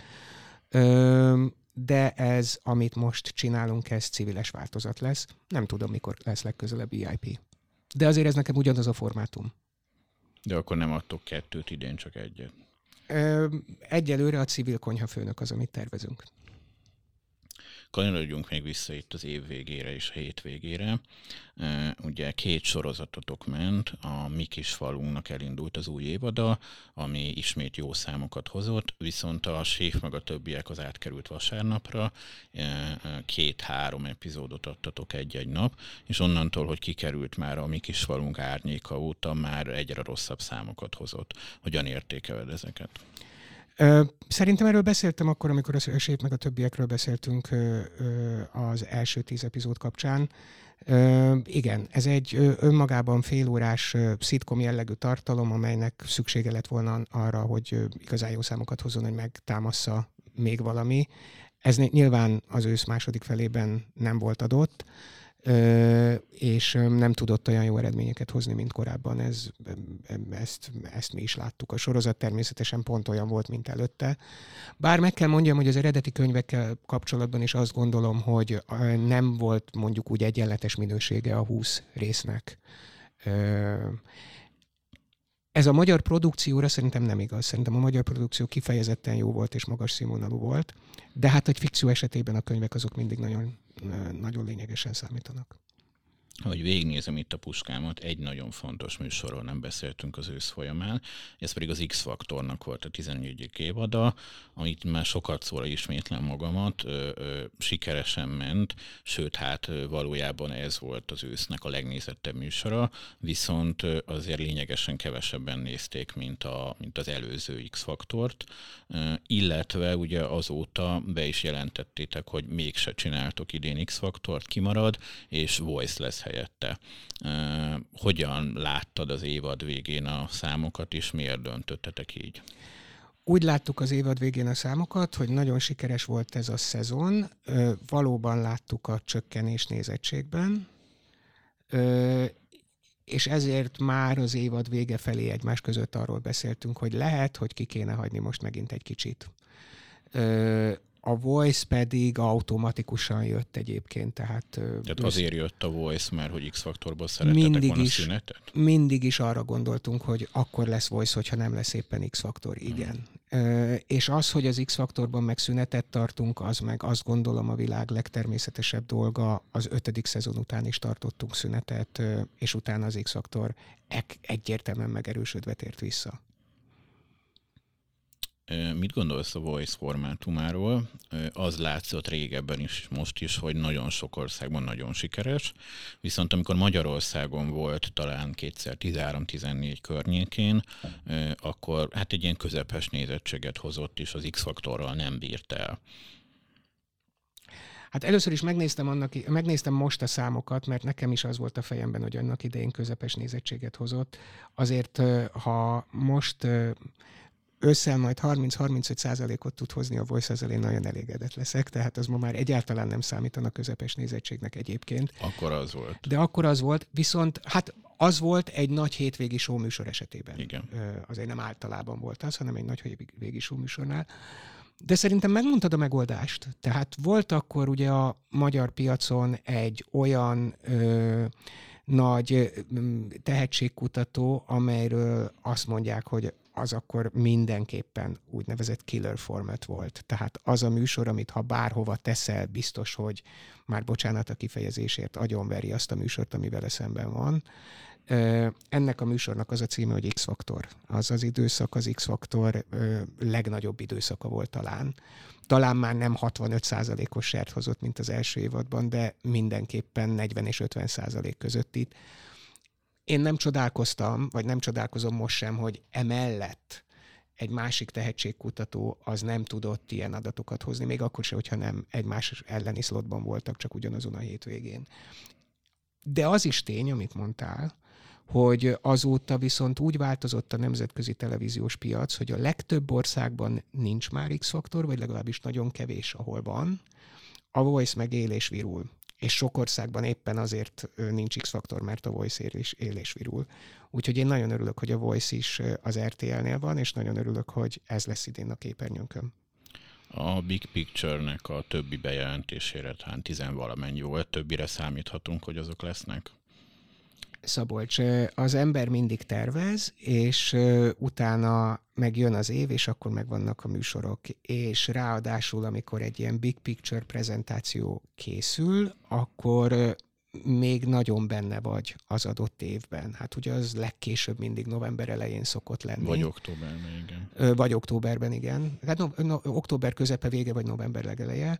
De ez, amit most csinálunk, ez civiles változat lesz. Nem tudom, mikor lesz legközelebb VIP. De azért ez nekem ugyanaz a formátum. De akkor nem adtok 2, idén csak 1. Egyelőre a civil konyhafőnök az, amit tervezünk. Kanyarodjunk még vissza itt az év végére és a hétvégére. Ugye 2 sorozatotok ment, a Mi kis falunknak elindult az új évada, ami ismét jó számokat hozott, viszont a Séf meg a többiek az átkerült vasárnapra, 2-3 epizódot adtatok egy-egy nap, és onnantól, hogy kikerült már a Mi kis falunk árnyéka óta, már egyre rosszabb számokat hozott. Hogyan értékeled ezeket? Szerintem erről beszéltem akkor, amikor a Séf meg a többiekről beszéltünk az első 10 epizód kapcsán. Igen, ez egy önmagában félórás szitkom jellegű tartalom, amelynek szüksége lett volna arra, hogy igazán jó számokat hozzon, hogy megtámassza még valami. Ez nyilván az ősz második felében nem volt adott, és nem tudott olyan jó eredményeket hozni, mint korábban. Ezt mi is láttuk. A sorozat természetesen pont olyan volt, mint előtte. Bár meg kell mondjam, hogy az eredeti könyvekkel kapcsolatban is azt gondolom, hogy nem volt mondjuk úgy egyenletes minősége a 20 résznek. Ez a magyar produkcióra szerintem nem igaz. Szerintem a magyar produkció kifejezetten jó volt és magas színvonalú volt, de hát egy fikció esetében a könyvek azok mindig nagyon, nagyon lényegesen számítanak. Ahogy végignézem itt a puskámat, egy nagyon fontos műsorról nem beszéltünk az ősz folyamán, ez pedig az X-Faktornak volt a 14. évada, amit már sokat szóra ismétlem magamat, sikeresen ment, sőt hát valójában ez volt az ősznek a legnézettebb műsora, viszont azért lényegesen kevesebben nézték, mint az előző X-Faktort, illetve ugye azóta be is jelentettétek, hogy mégse csináltok idén X-Faktort, kimarad, és Voice lesz helyette. Hogyan láttad az évad végén a számokat, és miért döntöttetek így? Úgy láttuk az évad végén a számokat, hogy nagyon sikeres volt ez a szezon. Valóban láttuk a csökkenés nézettségben, és ezért már az évad vége felé egymás között arról beszéltünk, hogy lehet, hogy ki kéne hagyni most megint egy kicsit. A Voice pedig automatikusan jött egyébként, tehát azért jött a Voice, mert hogy X-Faktorból szerettetek volna szünetet? Mindig is arra gondoltunk, hogy akkor lesz Voice, hogyha nem lesz éppen X-Faktor, igen. És az, hogy az X-Faktorban meg szünetet tartunk, az meg azt gondolom a világ legtermészetesebb dolga, az 5. szezon után is tartottunk szünetet, és utána az X-Faktor egyértelműen megerősödve tért vissza. Mit gondolsz a Voice formátumáról? Az látszott régebben is, most is, hogy nagyon sok országban nagyon sikeres, viszont amikor Magyarországon volt talán 2013-14 környékén, akkor hát egy ilyen közepes nézettséget hozott, és az X-faktorral nem bírt el. Hát először is megnéztem most a számokat, mert nekem is az volt a fejemben, hogy annak idején közepes nézettséget hozott. Azért, ha most ősszel majd 30-35%-ot tud hozni a Voice, ezzel én nagyon elégedett leszek, tehát az ma már egyáltalán nem számítanak közepes nézettségnek egyébként. Akkor az volt. De akkor az volt, viszont hát az volt egy nagy hétvégi show műsor esetében. Igen. Azért nem általában volt az, hanem egy nagy hétvégi show műsornál. De szerintem megmondtad a megoldást. Tehát volt akkor ugye a magyar piacon egy olyan nagy tehetségkutató, amelyről azt mondják, hogy az akkor mindenképpen úgynevezett killer format volt. Tehát az a műsor, amit ha bárhova teszel, biztos, hogy már bocsánat a kifejezésért, agyonveri azt a műsort, ami vele szemben van. Ennek a műsornak az a címe, hogy X-faktor. Az az időszak, az X-faktor legnagyobb időszaka volt talán. Talán már nem 65%-os sert hozott, mint az első évadban, de mindenképpen 40 és 50% között itt. Én nem csodálkoztam, vagy nem csodálkozom most sem, hogy emellett egy másik tehetségkutató az nem tudott ilyen adatokat hozni, még akkor sem, hogyha nem egymás elleni szlotban voltak, csak ugyanazon a hétvégén. De az is tény, amit mondtál, hogy azóta viszont úgy változott a nemzetközi televíziós piac, hogy a legtöbb országban nincs már X-faktor, vagy legalábbis nagyon kevés, ahol van. A Voice meg él és virul. És sok országban éppen azért nincs X-faktor, mert a Voice él és virul. Úgyhogy én nagyon örülök, hogy a Voice is az RTL-nél van, és nagyon örülök, hogy ez lesz idén a képernyőnkön. A Big Picture-nek a többi bejelentésére talán 10-valamennyi volt, többire számíthatunk, hogy azok lesznek? Szabolcs, az ember mindig tervez, és utána megjön az év, és akkor megvannak a műsorok. És ráadásul, amikor egy ilyen Big Picture prezentáció készül, akkor még nagyon benne vagy az adott évben. Hát ugye az legkésőbb mindig november elején szokott lenni. Vagy októberben, igen. Vagy októberben, igen. Hát október közepe vége, vagy november legeleje.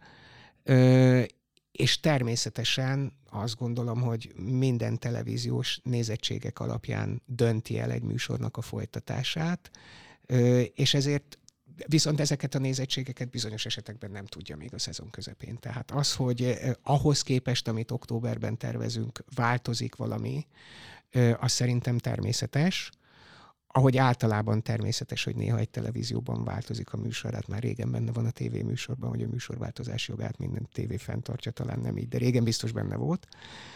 És természetesen azt gondolom, hogy minden televíziós nézettségek alapján dönti el egy műsornak a folytatását, és ezért viszont ezeket a nézettségeket bizonyos esetekben nem tudja még a szezon közepén. Tehát az, hogy ahhoz képest, amit októberben tervezünk, változik valami, az szerintem természetes. Ahogy általában természetes, hogy néha egy televízióban változik a műsor, hát már régen benne van a tévéműsorban, hogy a műsorváltozás jogát minden tévé fenntartja, talán nem így, de régen biztos benne volt.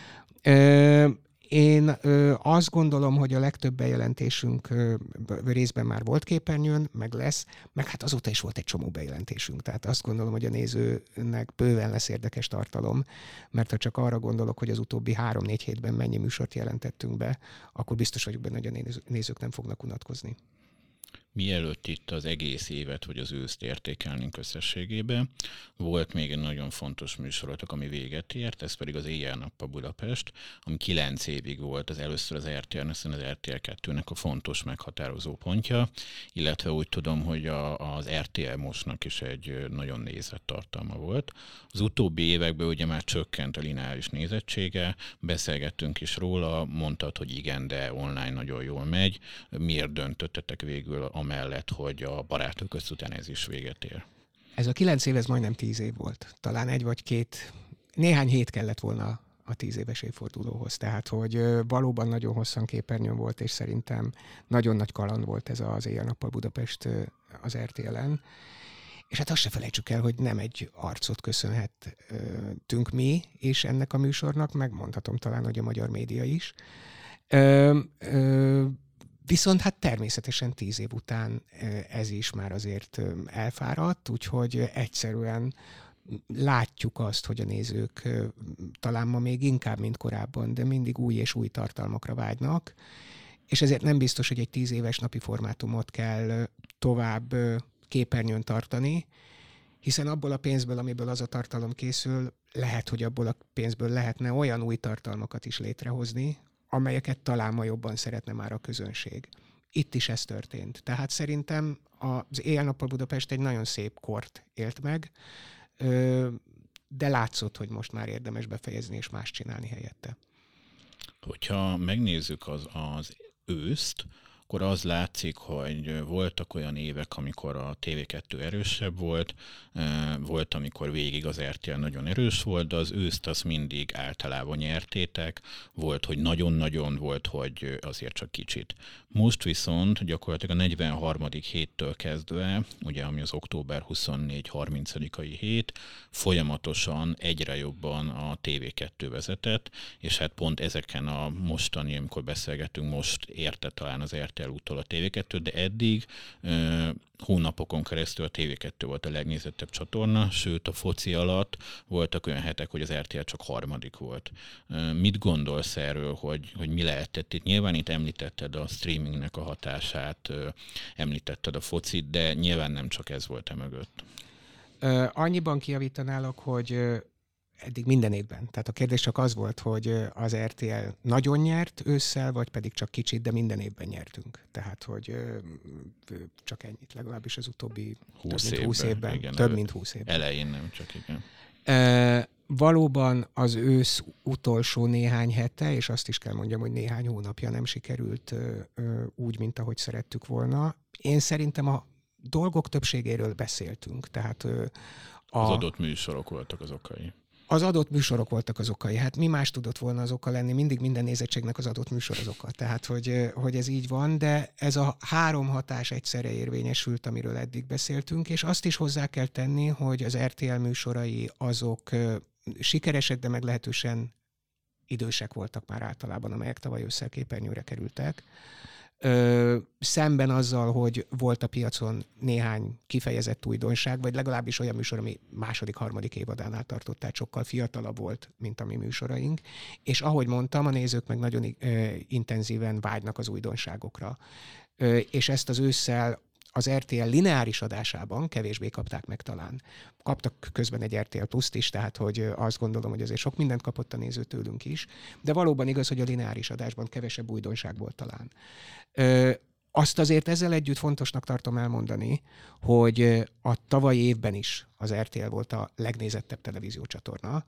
Én azt gondolom, hogy a legtöbb bejelentésünk részben már volt képernyőn, meg lesz, meg hát azóta is volt egy csomó bejelentésünk. Tehát azt gondolom, hogy a nézőnek bőven lesz érdekes tartalom, mert ha csak arra gondolok, hogy az utóbbi 3-4 hétben mennyi műsort jelentettünk be, akkor biztos vagyok benne, hogy a nézők nem fognak unatkozni. Mielőtt itt az egész évet vagy az őszt értékelnénk összességében, volt még egy nagyon fontos műsorotok, ami véget ért, ez pedig az Éjjel-nappal Budapest, ami 9 évig volt az először az RTL-nek, az RTL2-nek a fontos meghatározó pontja, illetve úgy tudom, hogy az RTL Mostnak is egy nagyon nézett tartalma volt. Az utóbbi években ugye már csökkent a lineáris nézettsége, beszélgettünk is róla, mondtad, hogy igen, de online nagyon jól megy. Miért döntöttetek végül amellett, hogy a Barátok közt után ez is véget ér? Ez a 9 év, ez majdnem 10 év volt. Talán 1 vagy 2, néhány hét kellett volna a 10 éves évfordulóhoz. Tehát, hogy valóban nagyon hosszan képernyőn volt, és szerintem nagyon nagy kaland volt ez az Éjjel-nappal Budapest az RTL-en. És hát azt se felejtsük el, hogy nem egy arcot köszönhettünk mi és ennek a műsornak, megmondhatom talán, hogy a magyar média is. Viszont hát természetesen 10 év után ez is már azért elfáradt, úgyhogy egyszerűen látjuk azt, hogy a nézők talán ma még inkább, mint korábban, de mindig új és új tartalmakra vágynak, és ezért nem biztos, hogy egy 10 éves napi formátumot kell tovább képernyőn tartani, hiszen abból a pénzből, amiből az a tartalom készül, lehet, hogy abból a pénzből lehetne olyan új tartalmakat is létrehozni, amelyeket talán ma jobban szeretne már a közönség. Itt is ez történt. Tehát szerintem az Éjjel-nappal Budapest egy nagyon szép kort élt meg, de látszott, hogy most már érdemes befejezni és más csinálni helyette. Hogyha megnézzük az őszt, akkor az látszik, hogy voltak olyan évek, amikor a TV2 erősebb volt, volt, amikor végig az RTL nagyon erős volt, de az őszt azt mindig általában nyertétek, volt, hogy nagyon-nagyon, volt, hogy azért csak kicsit. Most viszont gyakorlatilag a 43. héttől kezdve, ugye ami az október 24-30-ai hét, folyamatosan egyre jobban a TV2 vezetett, és hát pont ezeken a mostani, amikor beszélgetünk, most érte talán az RTL úttól a TV2, de eddig hónapokon keresztül a TV2 volt a legnézettebb csatorna, sőt a foci alatt voltak olyan hetek, hogy az RTL csak 3. volt. Mit gondolsz erről, hogy mi lehetett itt? Nyilván itt említetted a streamingnek a hatását, említetted a focit, de nyilván nem csak ez volt mögött. Annyiban kijavítanálok, hogy eddig minden évben. Tehát a kérdés csak az volt, hogy az RTL nagyon nyert ősszel, vagy pedig csak kicsit, de minden évben nyertünk. Tehát, hogy csak ennyit, legalábbis az utóbbi 20 évben. Igen, több mint 20 évben. Elején nem csak, igen. Valóban az ősz utolsó néhány hete, és azt is kell mondjam, hogy néhány hónapja nem sikerült úgy, mint ahogy szerettük volna. Én szerintem a dolgok többségéről beszéltünk. Tehát az adott műsorok voltak az okai. Az adott műsorok voltak az okai. Hát mi más tudott volna az oka lenni? Mindig minden nézettségnek az adott műsor az oka. Tehát, hogy ez így van, de ez a 3 hatás egyszerre érvényesült, amiről eddig beszéltünk, és azt is hozzá kell tenni, hogy az RTL műsorai azok sikeresek, de meglehetősen idősek voltak már általában, amelyek tavaly ősszel képernyőre kerültek. Szemben azzal, hogy volt a piacon néhány kifejezett újdonság, vagy legalábbis olyan műsor, ami második-harmadik évadánál tartott, tehát sokkal fiatalabb volt, mint a mi műsoraink. És ahogy mondtam, a nézők meg nagyon intenzíven vágynak az újdonságokra. És ezt az ősszel az RTL lineáris adásában kevésbé kapták meg talán. Kaptak közben egy RTL Pluszt is, tehát hogy azt gondolom, hogy azért sok mindent kapott a néző tőlünk is, de valóban igaz, hogy a lineáris adásban kevesebb újdonság volt talán. Azt azért ezzel együtt fontosnak tartom elmondani, hogy a tavalyi évben is az RTL volt a legnézettebb televíziócsatorna.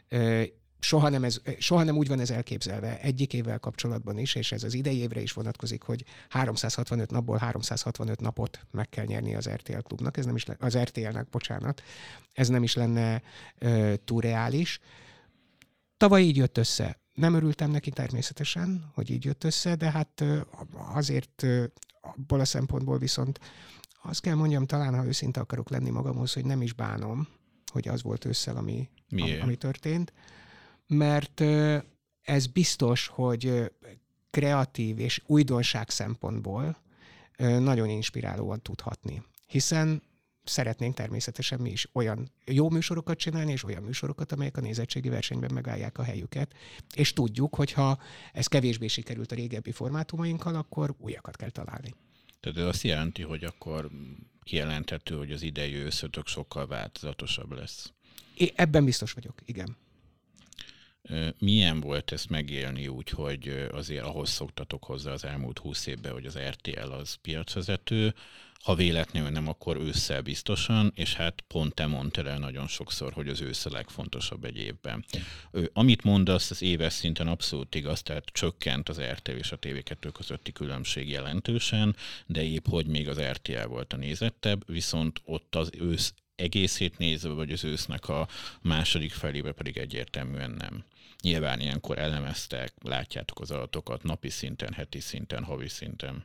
Soha nem úgy van ez elképzelve egyik évvel kapcsolatban is, és ez az idei évre is vonatkozik, hogy 365 napból 365 napot meg kell nyerni az RTL klubnak, az RTL-nek, bocsánat, ez nem is lenne túl reális. Tavaly így jött össze. Nem örültem neki természetesen, hogy így jött össze, de hát azért abból a szempontból viszont azt kell mondjam, talán ha őszinte akarok lenni magamhoz, hogy nem is bánom, hogy az volt ősszel, ami történt. Mert ez biztos, hogy kreatív és újdonság szempontból nagyon inspirálóan tud hatni. Hiszen szeretnénk természetesen mi is olyan jó műsorokat csinálni, és olyan műsorokat, amelyek a nézettségi versenyben megállják a helyüket. És tudjuk, hogyha ez kevésbé sikerült a régebbi formátumainkkal, akkor újakat kell találni. Tehát ez azt jelenti, hogy akkor kijelenthető, hogy az idei őszötök sokkal változatosabb lesz. Ebben biztos vagyok, igen. Milyen volt ezt megélni úgy, hogy azért ahhoz szoktatok hozzá az elmúlt 20 évben, hogy az RTL az piacvezető, ha véletlenül nem, akkor ősszel biztosan, és hát pont te mondtad el nagyon sokszor, hogy az ősz a legfontosabb egy évben. Amit mondasz, az éves szinten abszolút igaz, tehát csökkent az RTL és a TV2 közötti különbség jelentősen, de épp hogy még az RTL volt a nézettebb, viszont ott az ősz egészét nézve, vagy az ősznek a második felébe pedig egyértelműen nem. Nyilván ilyenkor elemeztek, látjátok az adatokat napi szinten, heti szinten, havi szinten.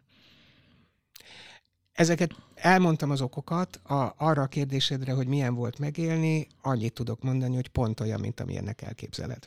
Ezeket elmondtam az okokat, arra a kérdésedre, hogy milyen volt megélni, annyit tudok mondani, hogy pont olyan, mint amilyennek elképzeled.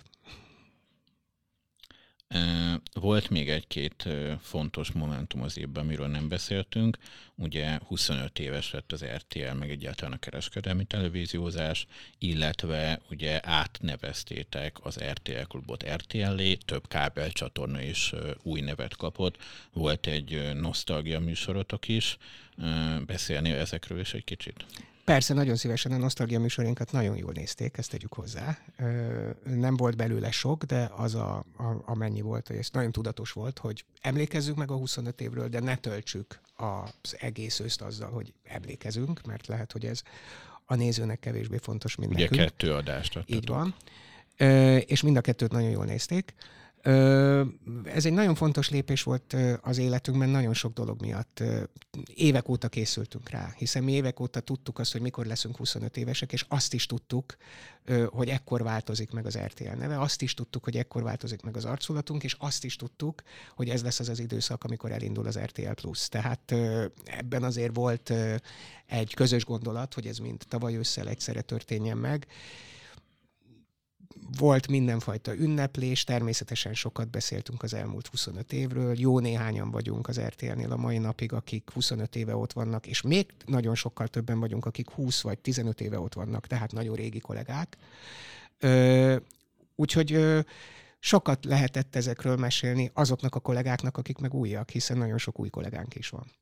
Volt még egy-két fontos momentum az évben, amiről nem beszéltünk. Ugye 25 éves lett az RTL, meg egyáltalán a kereskedelmi televíziózás, illetve ugye átneveztétek az RTL klubot RTL-lé, több kábelcsatorna is új nevet kapott. Volt egy nosztalgia műsorotok is. Beszélnél ezekről is egy kicsit? Persze, nagyon szívesen a nosztalgia műsorinkat nagyon jól nézték, ezt tegyük hozzá. Nem volt belőle sok, de az amennyi volt, hogy ez nagyon tudatos volt, hogy emlékezzünk meg a 25 évről, de ne töltsük az egész őszt azzal, hogy emlékezünk, mert lehet, hogy ez a nézőnek kevésbé fontos, mint nekünk. Ugye 2 adást adtatok. Így van. És mind a 2-t nagyon jól nézték. Ez egy nagyon fontos lépés volt az életünkben, nagyon sok dolog miatt. Évek óta készültünk rá, hiszen mi évek óta tudtuk azt, hogy mikor leszünk 25 évesek, és azt is tudtuk, hogy ekkor változik meg az RTL neve, azt is tudtuk, hogy ekkor változik meg az arculatunk, és azt is tudtuk, hogy ez lesz az az időszak, amikor elindul az RTL Plus. Tehát ebben azért volt egy közös gondolat, hogy ez mind tavaly ősszel egyszerre történjen meg. Volt mindenfajta ünneplés, természetesen sokat beszéltünk az elmúlt 25 évről, jó néhányan vagyunk az RTL-nél a mai napig, akik 25 éve ott vannak, és még nagyon sokkal többen vagyunk, akik 20 vagy 15 éve ott vannak, tehát nagyon régi kollégák. Úgyhogy sokat lehetett ezekről mesélni azoknak a kollégáknak, akik meg újak, hiszen nagyon sok új kollégánk is van.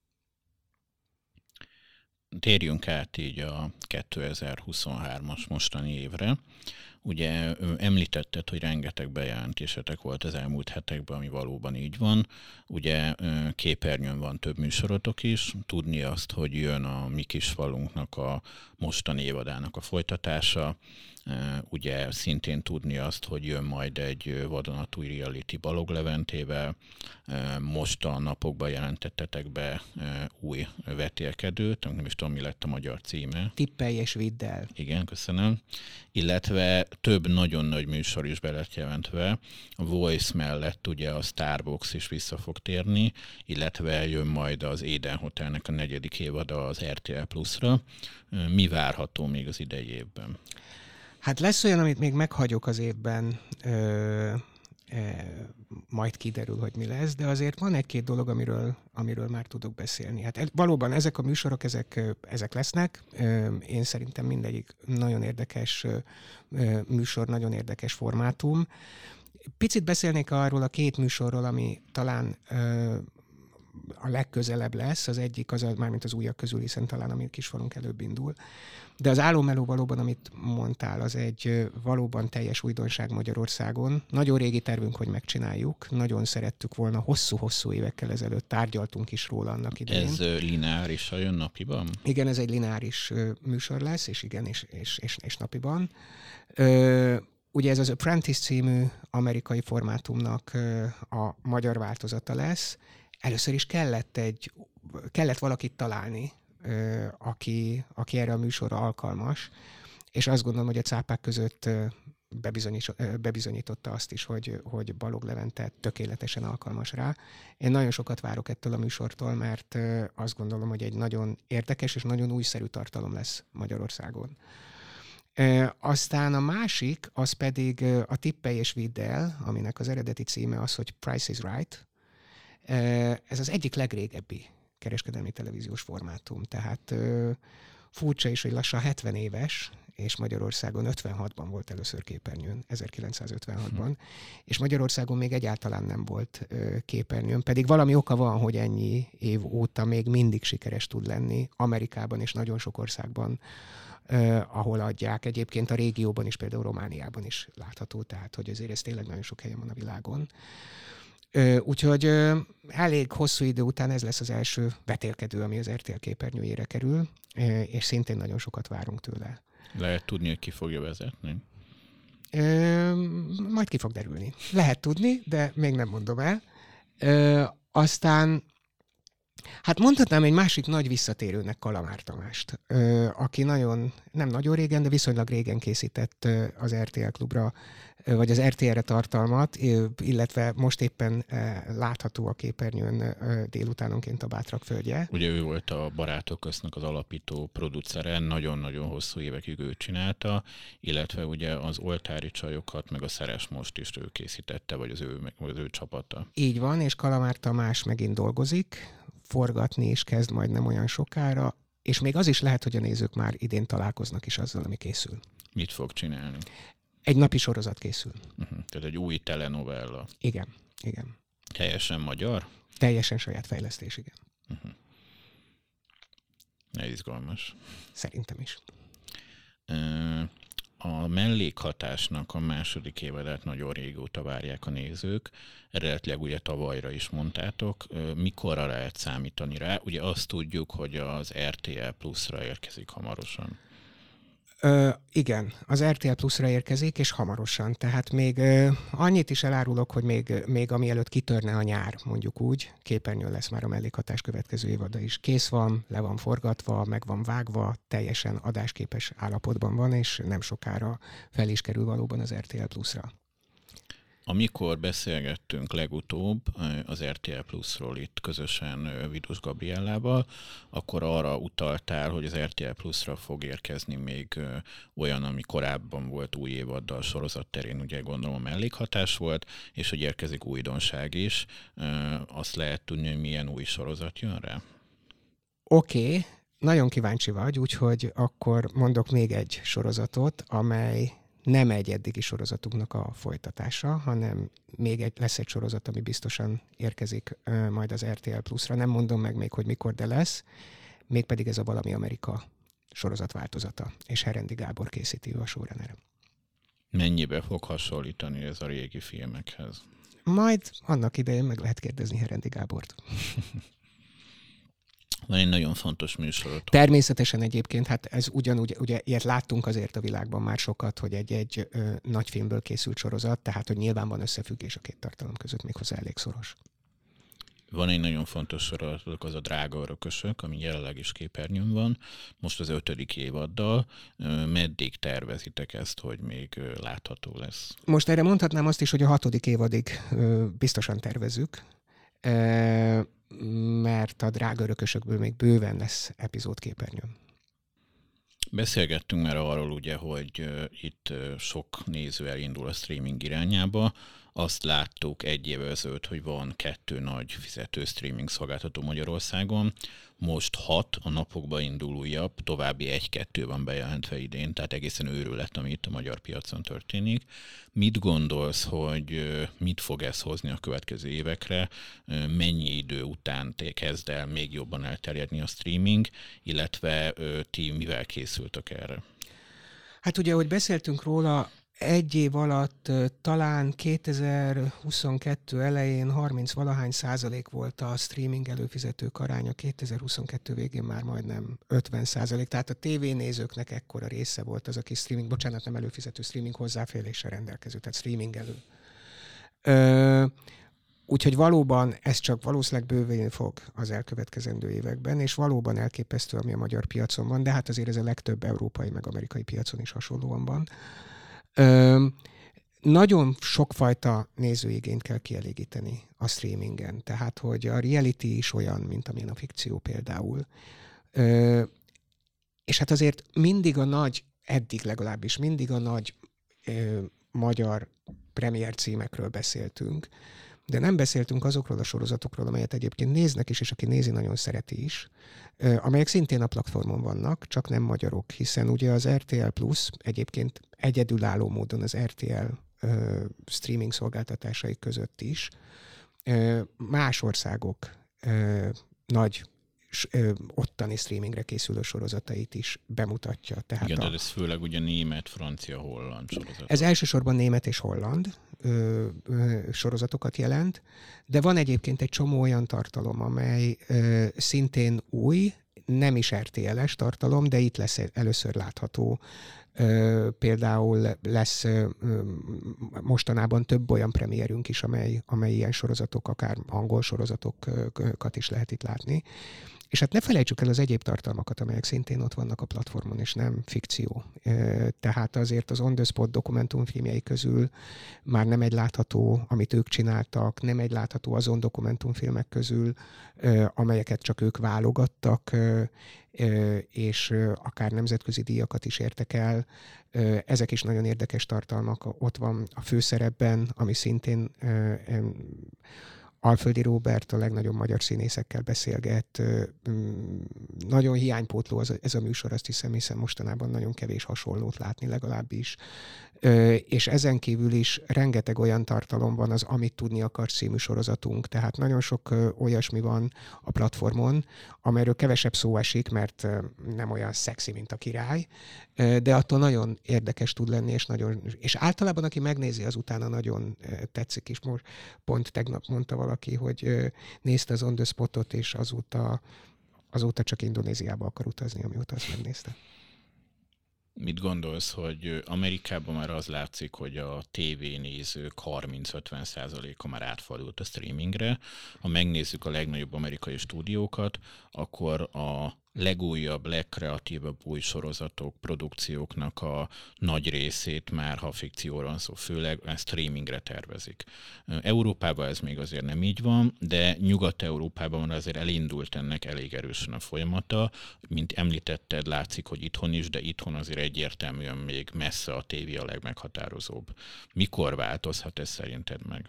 Térjünk át így a 2023-as mostani évre. Ugye említetted, hogy rengeteg bejelentésetek volt az elmúlt hetekben, ami valóban így van. Ugye képernyőn van több műsorotok is. Tudni azt, hogy jön a Mi kis falunknak a mostani évadának a folytatása. Ugye szintén tudni azt, hogy jön majd egy vadonatúj reality Balogh Leventével. Most a napokban jelentettetek be új vetélkedőt, nem is tudom, mi lett a magyar címe. Tippelj és vidd el. Igen, köszönöm. Illetve több nagyon nagy műsor is be lett jelentve. A Voice mellett ugye a Starbox is vissza fog térni, illetve jön majd az Éden Hotelnek a 4. évada az RTL Plus-ra. Mi várható még az idei évben? Hát lesz olyan, amit még meghagyok az évben, majd kiderül, hogy mi lesz, de azért van egy-két dolog, amiről már tudok beszélni. Hát valóban ezek a műsorok, ezek lesznek. Én szerintem mindegyik nagyon érdekes műsor, nagyon érdekes formátum. Picit beszélnék arról a 2 műsorról, ami talán a legközelebb lesz, az egyik mármint az újak közül, hiszen talán a Mi kis falunk előbb indul. De az Álommeló valóban, amit mondtál, az egy valóban teljes újdonság Magyarországon. Nagyon régi tervünk, hogy megcsináljuk. Nagyon szerettük volna, hosszú-hosszú évekkel ezelőtt tárgyaltunk is róla annak idején. Ez lineárisan jön napiban? Igen, ez egy lineáris műsor lesz, és igen, és napiban. Ugye ez az Apprentice című amerikai formátumnak a magyar változata lesz. Először is kellett valakit találni, aki erre a műsorra alkalmas, és azt gondolom, hogy a cápák között bebizonyította azt is, hogy Balogh Levente tökéletesen alkalmas rá. Én nagyon sokat várok ettől a műsortól, mert azt gondolom, hogy egy nagyon érdekes és nagyon újszerű tartalom lesz Magyarországon. Aztán a másik, az pedig a Tippelj és vidd el, aminek az eredeti címe az, hogy Price is Right. Ez az egyik legrégebbi kereskedelmi televíziós formátum. Tehát furcsa is, hogy lassan 70 éves, és Magyarországon 56-ban volt először képernyőn, 1956-ban, és Magyarországon még egyáltalán nem volt képernyőn, pedig valami oka van, hogy ennyi év óta még mindig sikeres tud lenni, Amerikában és nagyon sok országban, ahol adják. Egyébként a régióban is, például Romániában is látható, tehát hogy azért ez tényleg nagyon sok helyen van a világon. Úgyhogy elég hosszú idő után ez lesz az első vetélkedő, ami az RTL képernyőjére kerül, és szintén nagyon sokat várunk tőle. Lehet tudni, hogy ki fogja vezetni? Majd ki fog derülni. Lehet tudni, de még nem mondom el. Aztán, hát mondhatnám egy másik nagy visszatérőnek Kalamár Tamást, aki nem nagyon régen, de viszonylag régen készített az RTL Klubra, vagy az RTL-re tartalmat, illetve most éppen látható a képernyőn délutánonként a Bátrak földje. Ugye ő volt a Barátok köztnek az alapító producere, nagyon-nagyon hosszú évekig ő csinálta, illetve ugye az Oltári csajokat, meg a Szeres most is ő készítette, vagy az ő csapata. Így van, és Kalamár Tamás megint dolgozik, forgatni is kezd majd nem olyan sokára, és még az is lehet, hogy a nézők már idén találkoznak is azzal, ami készül. Mit fog csinálni? Egy napi sorozat készül. Tehát egy új telenovella. Igen. Teljesen magyar? Teljesen saját fejlesztés, igen. Ez izgalmas. Szerintem is. A mellékhatásnak a 2. évadát nagyon régóta várják a nézők. Eredetileg ugye tavalyra is mondtátok. Mikorra lehet számítani rá? Ugye azt tudjuk, hogy az RTL Plus-ra érkezik hamarosan. Igen, az RTL Plus-ra érkezik, és hamarosan. Tehát még annyit is elárulok, hogy még amielőtt kitörne a nyár, mondjuk úgy, képernyőn lesz már a mellékhatás következő évada is. Kész van, le van forgatva, meg van vágva, teljesen adásképes állapotban van, és nem sokára fel is kerül valóban az RTL Plus-ra. Amikor beszélgettünk legutóbb az RTL Plus-ról itt közösen Vidus Gabriellával, akkor arra utaltál, hogy az RTL Plus-ra fog érkezni még olyan, ami korábban volt új évaddal sorozat terén, ugye gondolom a mellékhatás volt, és hogy érkezik újdonság is. Azt lehet tudni, hogy milyen új sorozat jön rá? Oké, nagyon kíváncsi vagy, úgyhogy akkor mondok még egy sorozatot, amely nem egy eddigi sorozatunknak a folytatása, hanem még lesz egy sorozat, ami biztosan érkezik majd az RTL Plus-ra. Nem mondom meg még, hogy mikor, de lesz. Mégpedig ez a Valami Amerika sorozatváltozata, és Herendi Gábor készíti, ő a showrunner. Mennyibe fog hasonlítani ez a régi filmekhez? Majd annak idején meg lehet kérdezni Herendi Gábort. Van egy nagyon fontos műsorot. Természetesen egyébként, hát ez ugyanúgy, ugye ilyet láttunk azért a világban már sokat, hogy egy nagy filmből készült sorozat, tehát hogy nyilván van összefüggés a két tartalom között, méghozzá elég szoros. Van egy nagyon fontos sorozatok, az a Drága örökösök, ami jelenleg is képernyőn van, most az 5. évaddal. Meddig tervezitek ezt, hogy még látható lesz? Most erre mondhatnám azt is, hogy a 6. évadig biztosan tervezzük, mert a Drága örökösökből még bőven lesz epizód képernyőn. Beszélgettünk már arról ugye, hogy itt sok néző elindul a streaming irányába. Azt láttuk egy évvel ezelőtt, hogy van 2 nagy fizető streaming szolgáltató Magyarországon. Most 6, a napokban indul újabb, további 1-2 van bejelentve idén, tehát egészen őrület, ami itt a magyar piacon történik. Mit gondolsz, hogy mit fog ez hozni a következő évekre? Mennyi idő után kezd el még jobban elterjedni a streaming, illetve ti mivel készültök erre? Hát ugye, ahogy beszéltünk róla, egy év alatt talán 2022 elején 30-valahány% volt a streaming előfizetők aránya, 2022 végén már majdnem 50%, tehát a tévénézőknek ekkora része volt az, aki nem előfizető, streaming hozzáféréssel rendelkező, tehát streaming elő. Úgyhogy valóban ez csak valószínűleg bővülni fog az elkövetkezendő években, és valóban elképesztő, ami a magyar piacon van, de hát azért ez a legtöbb európai meg amerikai piacon is hasonlóan van. Nagyon sokfajta nézőigényt kell kielégíteni a streamingen, tehát hogy a reality is olyan, mint amilyen a fikció például. És hát azért mindig a nagy, eddig legalábbis mindig a nagy magyar premier címekről beszéltünk, de nem beszéltünk azokról a sorozatokról, amelyet egyébként néznek is, és aki nézi, nagyon szereti is, amelyek szintén a platformon vannak, csak nem magyarok, hiszen ugye az RTL Plus egyébként egyedülálló módon az RTL streaming szolgáltatásai között is más országok nagy ottani streamingre készülő sorozatait is bemutatja. Tehát igen, de ez főleg ugye német, francia, holland sorozatok. Ez elsősorban német és holland sorozatokat jelent, de van egyébként egy csomó olyan tartalom, amely szintén új, nem is RTL-es tartalom, de itt lesz először látható. Például lesz mostanában több olyan premierünk is, amely ilyen sorozatok, akár angol sorozatokat is lehet itt látni. És hát ne felejtsük el az egyéb tartalmakat, amelyek szintén ott vannak a platformon, és nem fikció. Tehát azért az On The Spot dokumentumfilmjei közül már nem egy látható, amit ők csináltak, nem egy látható azon dokumentumfilmek közül, amelyeket csak ők válogattak, és akár nemzetközi díjakat is értek el. Ezek is nagyon érdekes tartalmak. Ott van a főszerepben, ami szintén Alföldi Róbert a legnagyobb magyar színészekkel beszélget. Nagyon hiánypótló ez a műsor, azt hiszem, hiszen mostanában nagyon kevés hasonlót látni legalábbis. És ezen kívül is rengeteg olyan tartalom van az Amit tudni akarsz című sorozatunk, tehát nagyon sok olyasmi van a platformon, amelyről kevesebb szó esik, mert nem olyan szexi, mint a király, de attól nagyon érdekes tud lenni, és általában aki megnézi, az utána nagyon tetszik is. Most pont tegnap mondta valaki, hogy nézte az On The Spotot, és azóta csak Indonéziába akar utazni, amióta azt megnézte. Mit gondolsz, hogy Amerikában már az látszik, hogy a tévénézők 30-50%-a már átfordult a streamingre. Ha megnézzük a legnagyobb amerikai stúdiókat, akkor a legújabb, legkreatívabb új sorozatok, produkcióknak a nagy részét már, ha fikcióról van szó, főleg streamingre tervezik. Európában ez még azért nem így van, de Nyugat-Európában azért elindult ennek elég erősen a folyamata. Mint említetted, látszik, hogy itthon is, de itthon azért egyértelműen még messze a tévé a legmeghatározóbb. Mikor változhat ez szerinted meg?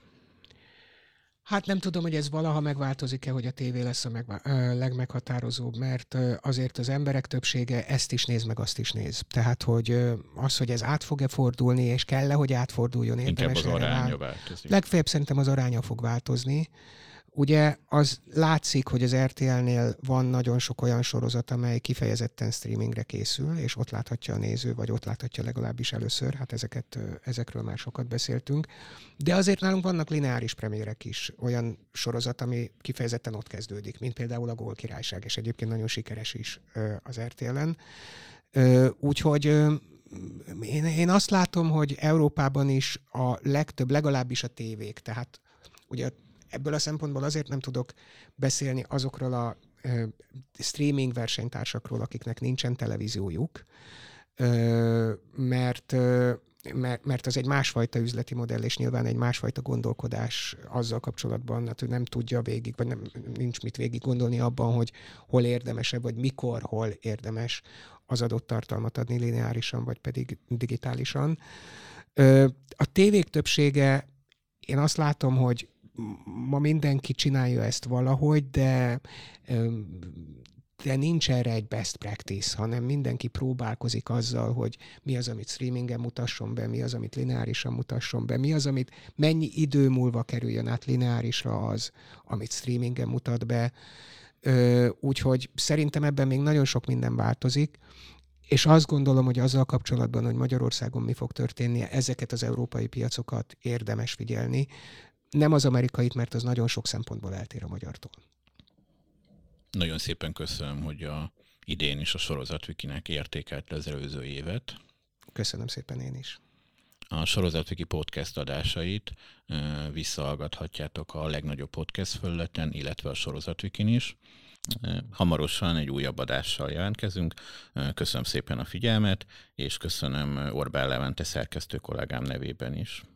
Hát nem tudom, hogy ez valaha megváltozik-e, hogy a tévé lesz a legmeghatározóbb, mert azért az emberek többsége ezt is néz, meg azt is néz. Tehát, hogy hogy ez át fog-e fordulni, és kell-e, hogy átforduljon, érdemes. Inkább az aránya változik. Legfeljebb szerintem az aránya fog változni. Ugye az látszik, hogy az RTL-nél van nagyon sok olyan sorozat, amely kifejezetten streamingre készül, és ott láthatja a néző, vagy ott láthatja legalábbis először, hát ezekről már sokat beszéltünk. De azért nálunk vannak lineáris premierek is, olyan sorozat, ami kifejezetten ott kezdődik, mint például a Gólkirályság, és egyébként nagyon sikeres is az RTL-en. Úgyhogy én azt látom, hogy Európában is a legtöbb, legalábbis a tévék, tehát ugye ebből a szempontból azért nem tudok beszélni azokról a streaming versenytársakról, akiknek nincsen televíziójuk, mert az egy másfajta üzleti modell, és nyilván egy másfajta gondolkodás azzal kapcsolatban, hogy nem tudja végig, vagy nincs mit végig gondolni abban, hogy hol érdemesebb, vagy mikor, hol érdemes az adott tartalmat adni lineárisan, vagy pedig digitálisan. A tévék többsége, én azt látom, hogy ma mindenki csinálja ezt valahogy, de nincs erre egy best practice, hanem mindenki próbálkozik azzal, hogy mi az, amit streamingen mutasson be, mi az, amit lineárisan mutasson be, mi az, amit mennyi idő múlva kerüljön át lineárisra az, amit streamingen mutat be. Úgyhogy szerintem ebben még nagyon sok minden változik, és azt gondolom, hogy azzal kapcsolatban, hogy Magyarországon mi fog történni, ezeket az európai piacokat érdemes figyelni. Nem az amerikait, mert az nagyon sok szempontból eltér a magyartól. Nagyon szépen köszönöm, hogy idén is a Sorozatwikinek értékelte az előző évet. Köszönöm szépen én is. A Sorozatwiki podcast adásait visszahallgathatjátok a legnagyobb podcast felületen, illetve a Sorozatwikin is. Hamarosan egy újabb adással jelentkezünk. Köszönöm szépen a figyelmet, és köszönöm Orbán Levente szerkesztő kollégám nevében is.